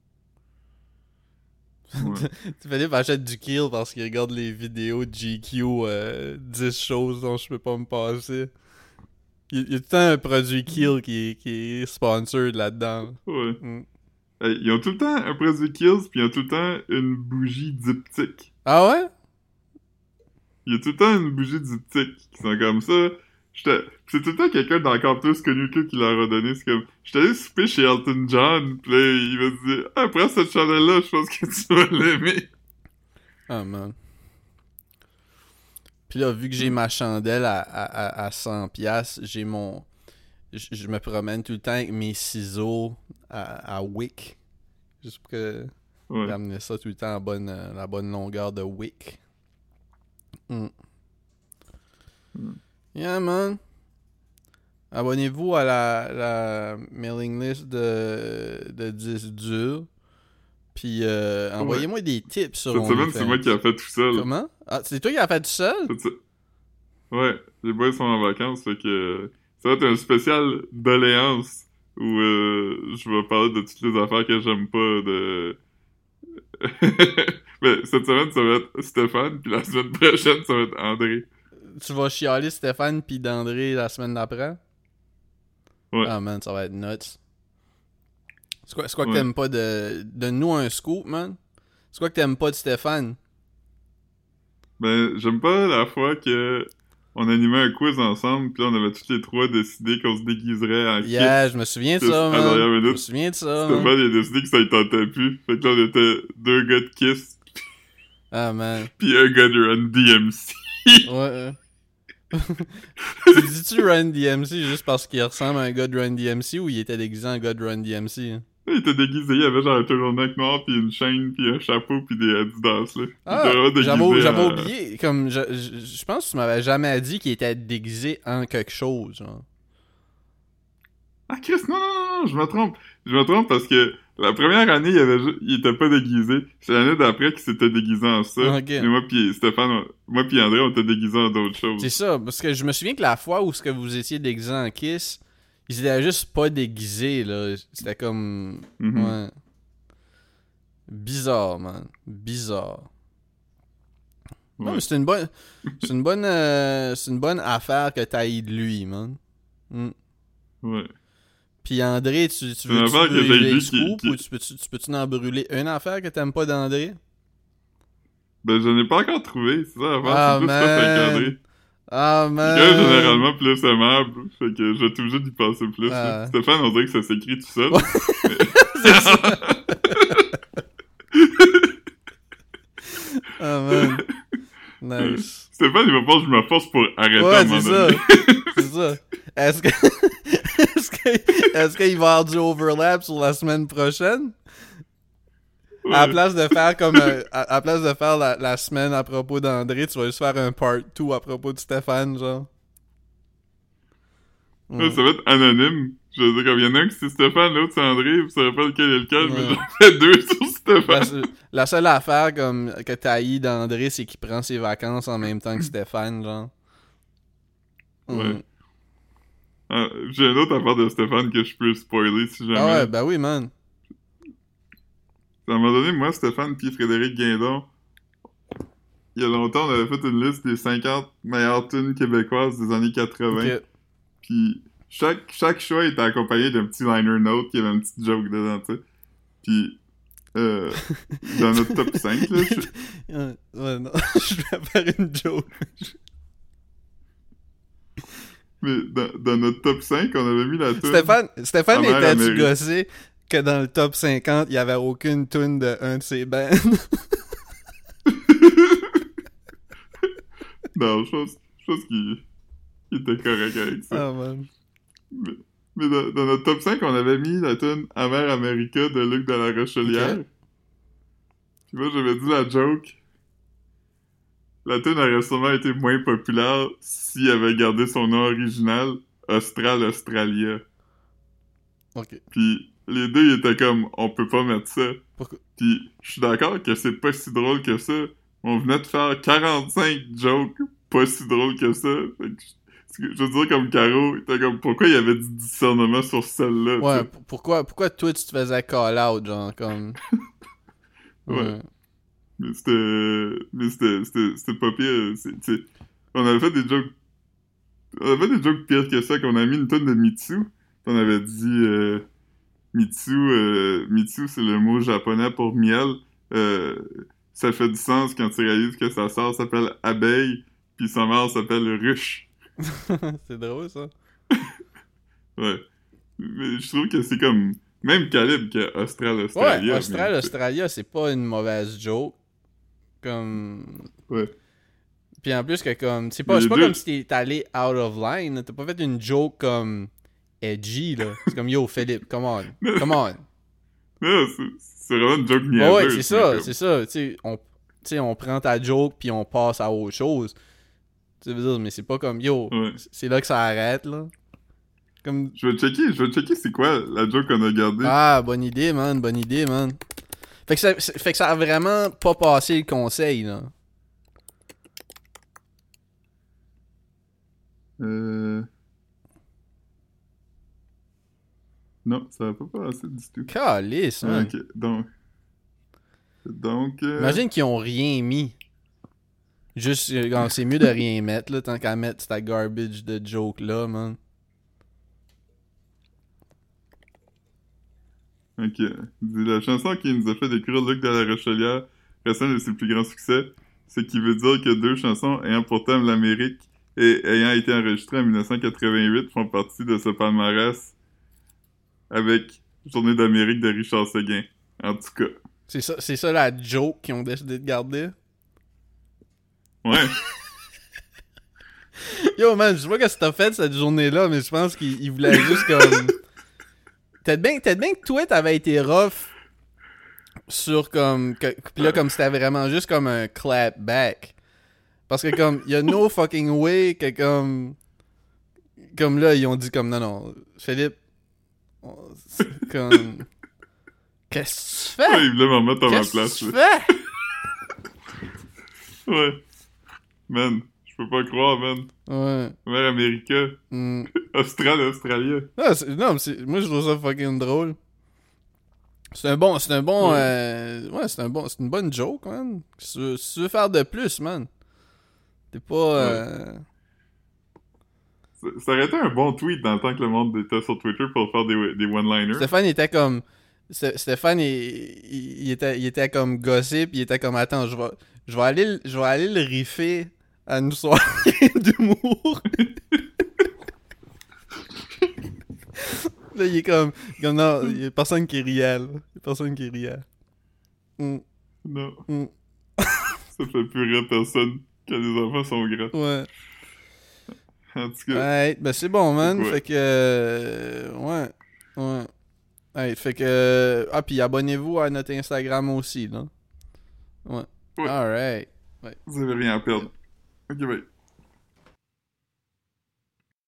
Ouais. Philippe achète du Kiehl parce qu'il regarde les vidéos de GQ 10 choses dont je peux pas me passer. Il y a tout le temps un produit Kiehl qui est sponsored là-dedans. Ouais. Hey, ils ont tout le temps un produit Kiehl's pis ils ont tout le temps une bougie diptyque. Ah ouais? Il y a tout le temps une bougie diptyque qui sont comme ça. C'est tout le temps quelqu'un d'encore plus connu que qui leur a donné. C'est comme, j'étais allé souper chez Elton John, pis là, il m'a dit, ah, prends cette chandelle-là, je pense que tu vas l'aimer. Ah, man. Puis là, vu que j'ai ma chandelle à 100$, j'ai mon... Je me promène tout le temps avec mes ciseaux à wick. Juste pour que... Ouais. Amener ça tout le temps à la bonne longueur de wick. Yeah, man. Abonnez-vous à la mailing list de 10 durs. Puis envoyez-moi des tips sur Cette semaine, c'est moi qui ai fait tout seul. Comment? Ah, c'est toi qui as fait tout seul? Ouais, les boys sont en vacances, fait que ça va être un spécial doléance où je vais parler de toutes les affaires que j'aime pas de... Mais cette semaine, ça va être Stéphane, puis la semaine prochaine, ça va être André. Tu vas chialer Stéphane puis d'André la semaine d'après? Ouais. Ah, man, ça va être nuts. C'est quoi que t'aimes pas de... Donne-nous un scoop, man. C'est quoi que t'aimes pas de Stéphane? Ben, j'aime pas la fois que on animait un quiz ensemble, puis là, on avait tous les trois décidé qu'on se déguiserait en Yeah, je me souviens de ça, man. Je me souviens de ça, Stéphane, il a décidé que ça lui tentait plus. Fait que là, on était deux gars de Kiss. Ah, man. Pis un gars de Run DMC. Ouais. Tu dis-tu Run DMC juste parce qu'il ressemble à un gars de Run DMC ou il était déguisé en gars de Run DMC? Hein? Il était déguisé, il avait genre un turtleneck noir, pis une chaîne, pis un chapeau, pis des Adidas, là. Ah, j'avais oublié. Comme, je pense que tu m'avais jamais dit qu'il était déguisé en quelque chose, genre. Ah, Chris, non, je me trompe. Je me trompe parce que la première année, il était pas déguisé. C'est l'année d'après qu'il s'était déguisé en ça. Okay. Mais moi pis Stéphane, moi pis André, on était déguisés en d'autres choses. C'est ça, parce que je me souviens que la fois où vous étiez déguisé en Kiss, ils étaient juste pas déguisés, là. C'était comme... Ouais. Bizarre, man. Bizarre. Ouais. Non, mais c'est une bonne affaire que t'ailles de lui, man. Ouais. Pis André, tu veux brûler le scoop ou tu peux-tu en brûler une affaire que t'aimes pas d'André? Ben, je n'ai pas encore trouvé, c'est ça l'affaire, c'est plus pas avec André. Ah, man! Il est généralement plus aimable, fait que je vais être obligé d'y passer plus. Stéphane, on dirait que ça s'écrit tout seul. C'est ça! Ah, man! Nice. Stéphane, il va pas que je me force pour arrêter à un moment donné. C'est ça. Est-ce qu'il va y avoir du overlap sur la semaine prochaine? Ouais. À la place de faire comme à la place de faire la semaine à propos d'André, tu vas juste faire un part 2 à propos de Stéphane, genre. Ouais. Ça va être anonyme. Je veux dire, comme il y en a un qui c'est Stéphane, l'autre c'est André, vous savez pas lequel est lequel, mais j'en fais deux sur Stéphane. La seule affaire comme que t'as haï d'André, c'est qu'il prend ses vacances en même temps que Stéphane, genre. Ouais. Ah, j'ai une autre affaire de Stéphane que je peux spoiler si jamais. Ah ouais, ben oui, man. À un moment donné, moi, Stéphane puis Frédéric Guindon, il y a longtemps, on avait fait une liste des 50 meilleures tunes québécoises des années 80. Okay. Puis chaque choix était accompagné d'un petit liner note qui avait une petite joke dedans, tu sais. Puis dans notre top 5, là... Ouais, non, je vais faire une joke. Mais dans notre top 5, on avait mis la tune Stéphane Amère était-tu Amérique. gossé que dans le top 50, il y avait aucune tune de un de ses bands? Non, je pense qu'il était correct avec ça. Ah, man. Mais, mais dans notre top 5, on avait mis la tune Amère America de Luc de la Rochelière. Ok. Puis moi, j'avais dit la joke. La tune aurait sûrement été moins populaire s'il avait gardé son nom original, Austral Australia. Ok. Puis les deux, ils étaient comme, on peut pas mettre ça. Pourquoi? Puis je suis d'accord que c'est pas si drôle que ça. On venait de faire 45 jokes pas si drôles que ça. Fait que je veux dire, comme Caro, il était comme, pourquoi il y avait du discernement sur celle-là, Ouais, tu pourquoi toi tu te faisais call out, genre, comme. sais. Ouais. C'était pas pire. Tu sais, on avait fait des jokes, on avait fait des jokes pires que ça, qu'on a mis une tonne de Mitsu. On avait dit, Mitsu, c'est le mot japonais pour miel. Ça fait du sens quand tu réalises que sa sœur s'appelle abeille, puis sa mère s'appelle ruche. C'est drôle, ça. Ouais. Mais je trouve que c'est comme même calibre que Austral Ouais, Australia. mais Australia, c'est pas une mauvaise joke. Comme. ouais. Puis en plus que comme. C'est Mais pas, les c'est pas deux- comme si t'es allé out of line, là. T'as pas fait une joke comme edgy, là. C'est comme yo, Philippe, come on. Come on. Non, c'est vraiment une joke Ouais, niaiseuse. ouais, c'est mais ça, comme- c'est ça. Tu sais, on prend ta joke puis on passe à autre chose. Tu veux dire, mais c'est pas comme yo, Ouais. c'est là que ça arrête, là. Comme. Je vais checker c'est quoi la joke qu'on a gardée. Ah, bonne idée, man, bonne idée, man. Fait que ça a vraiment pas passé le conseil, là. Non, ça va pas passer du tout. Calice, man. Ok, donc Imagine qu'ils ont rien mis. Juste, c'est mieux de rien mettre, là, tant qu'à mettre ta garbage de joke là, man. ok. Dit, la chanson qui nous a fait découvrir Luc de la Rochelière, restant de ses plus grands succès, ce qui veut dire que deux chansons ayant pour thème l'Amérique et ayant été enregistrées en 1988 font partie de ce palmarès avec Journée d'Amérique de Richard Seguin. En tout cas. C'est ça la joke qu'ils ont décidé de garder. Ouais. Yo, man, je sais pas ce que t'as fait cette journée-là, mais je pense qu'il voulait juste comme. Peut-être bien que toi, t'avais été rough sur comme. Pis là, comme c'était vraiment juste comme un clap back. Parce que comme, y a no fucking way que comme. Comme là, ils ont dit comme, non, Philippe. C'est comme. Qu'est-ce que tu Ouais, fais? il voulait m'en mettre à ma Qu'est-ce place. que tu fais? Ouais. Man, je peux pas croire, man. Ouais. Mère America. Mm. Australia. Non, mais moi je trouve ça fucking drôle. C'est une bonne joke, man. Si tu veux faire de plus, man. T'es pas, Ça aurait été un bon tweet dans le temps que le monde était sur Twitter pour faire des one-liners. Stéphane était comme, Stéphane, il était comme gossé, pis il était comme, attends, je vais aller le riffer à une soirée d'humour. Là, il est comme, non, il y a personne qui riait, là. Il y a personne qui riait. Mm, Non. mm. Ça fait plus rire personne quand les enfants sont grands. Ouais. En tout cas. Ouais, ben c'est bon, man. Ouais. Fait que. Ouais. Ouais. Ouais, fait que. Ah, puis abonnez-vous à notre Instagram aussi, là. Ouais. Ouais. Alright. Vous avez rien à perdre. Ok, bye.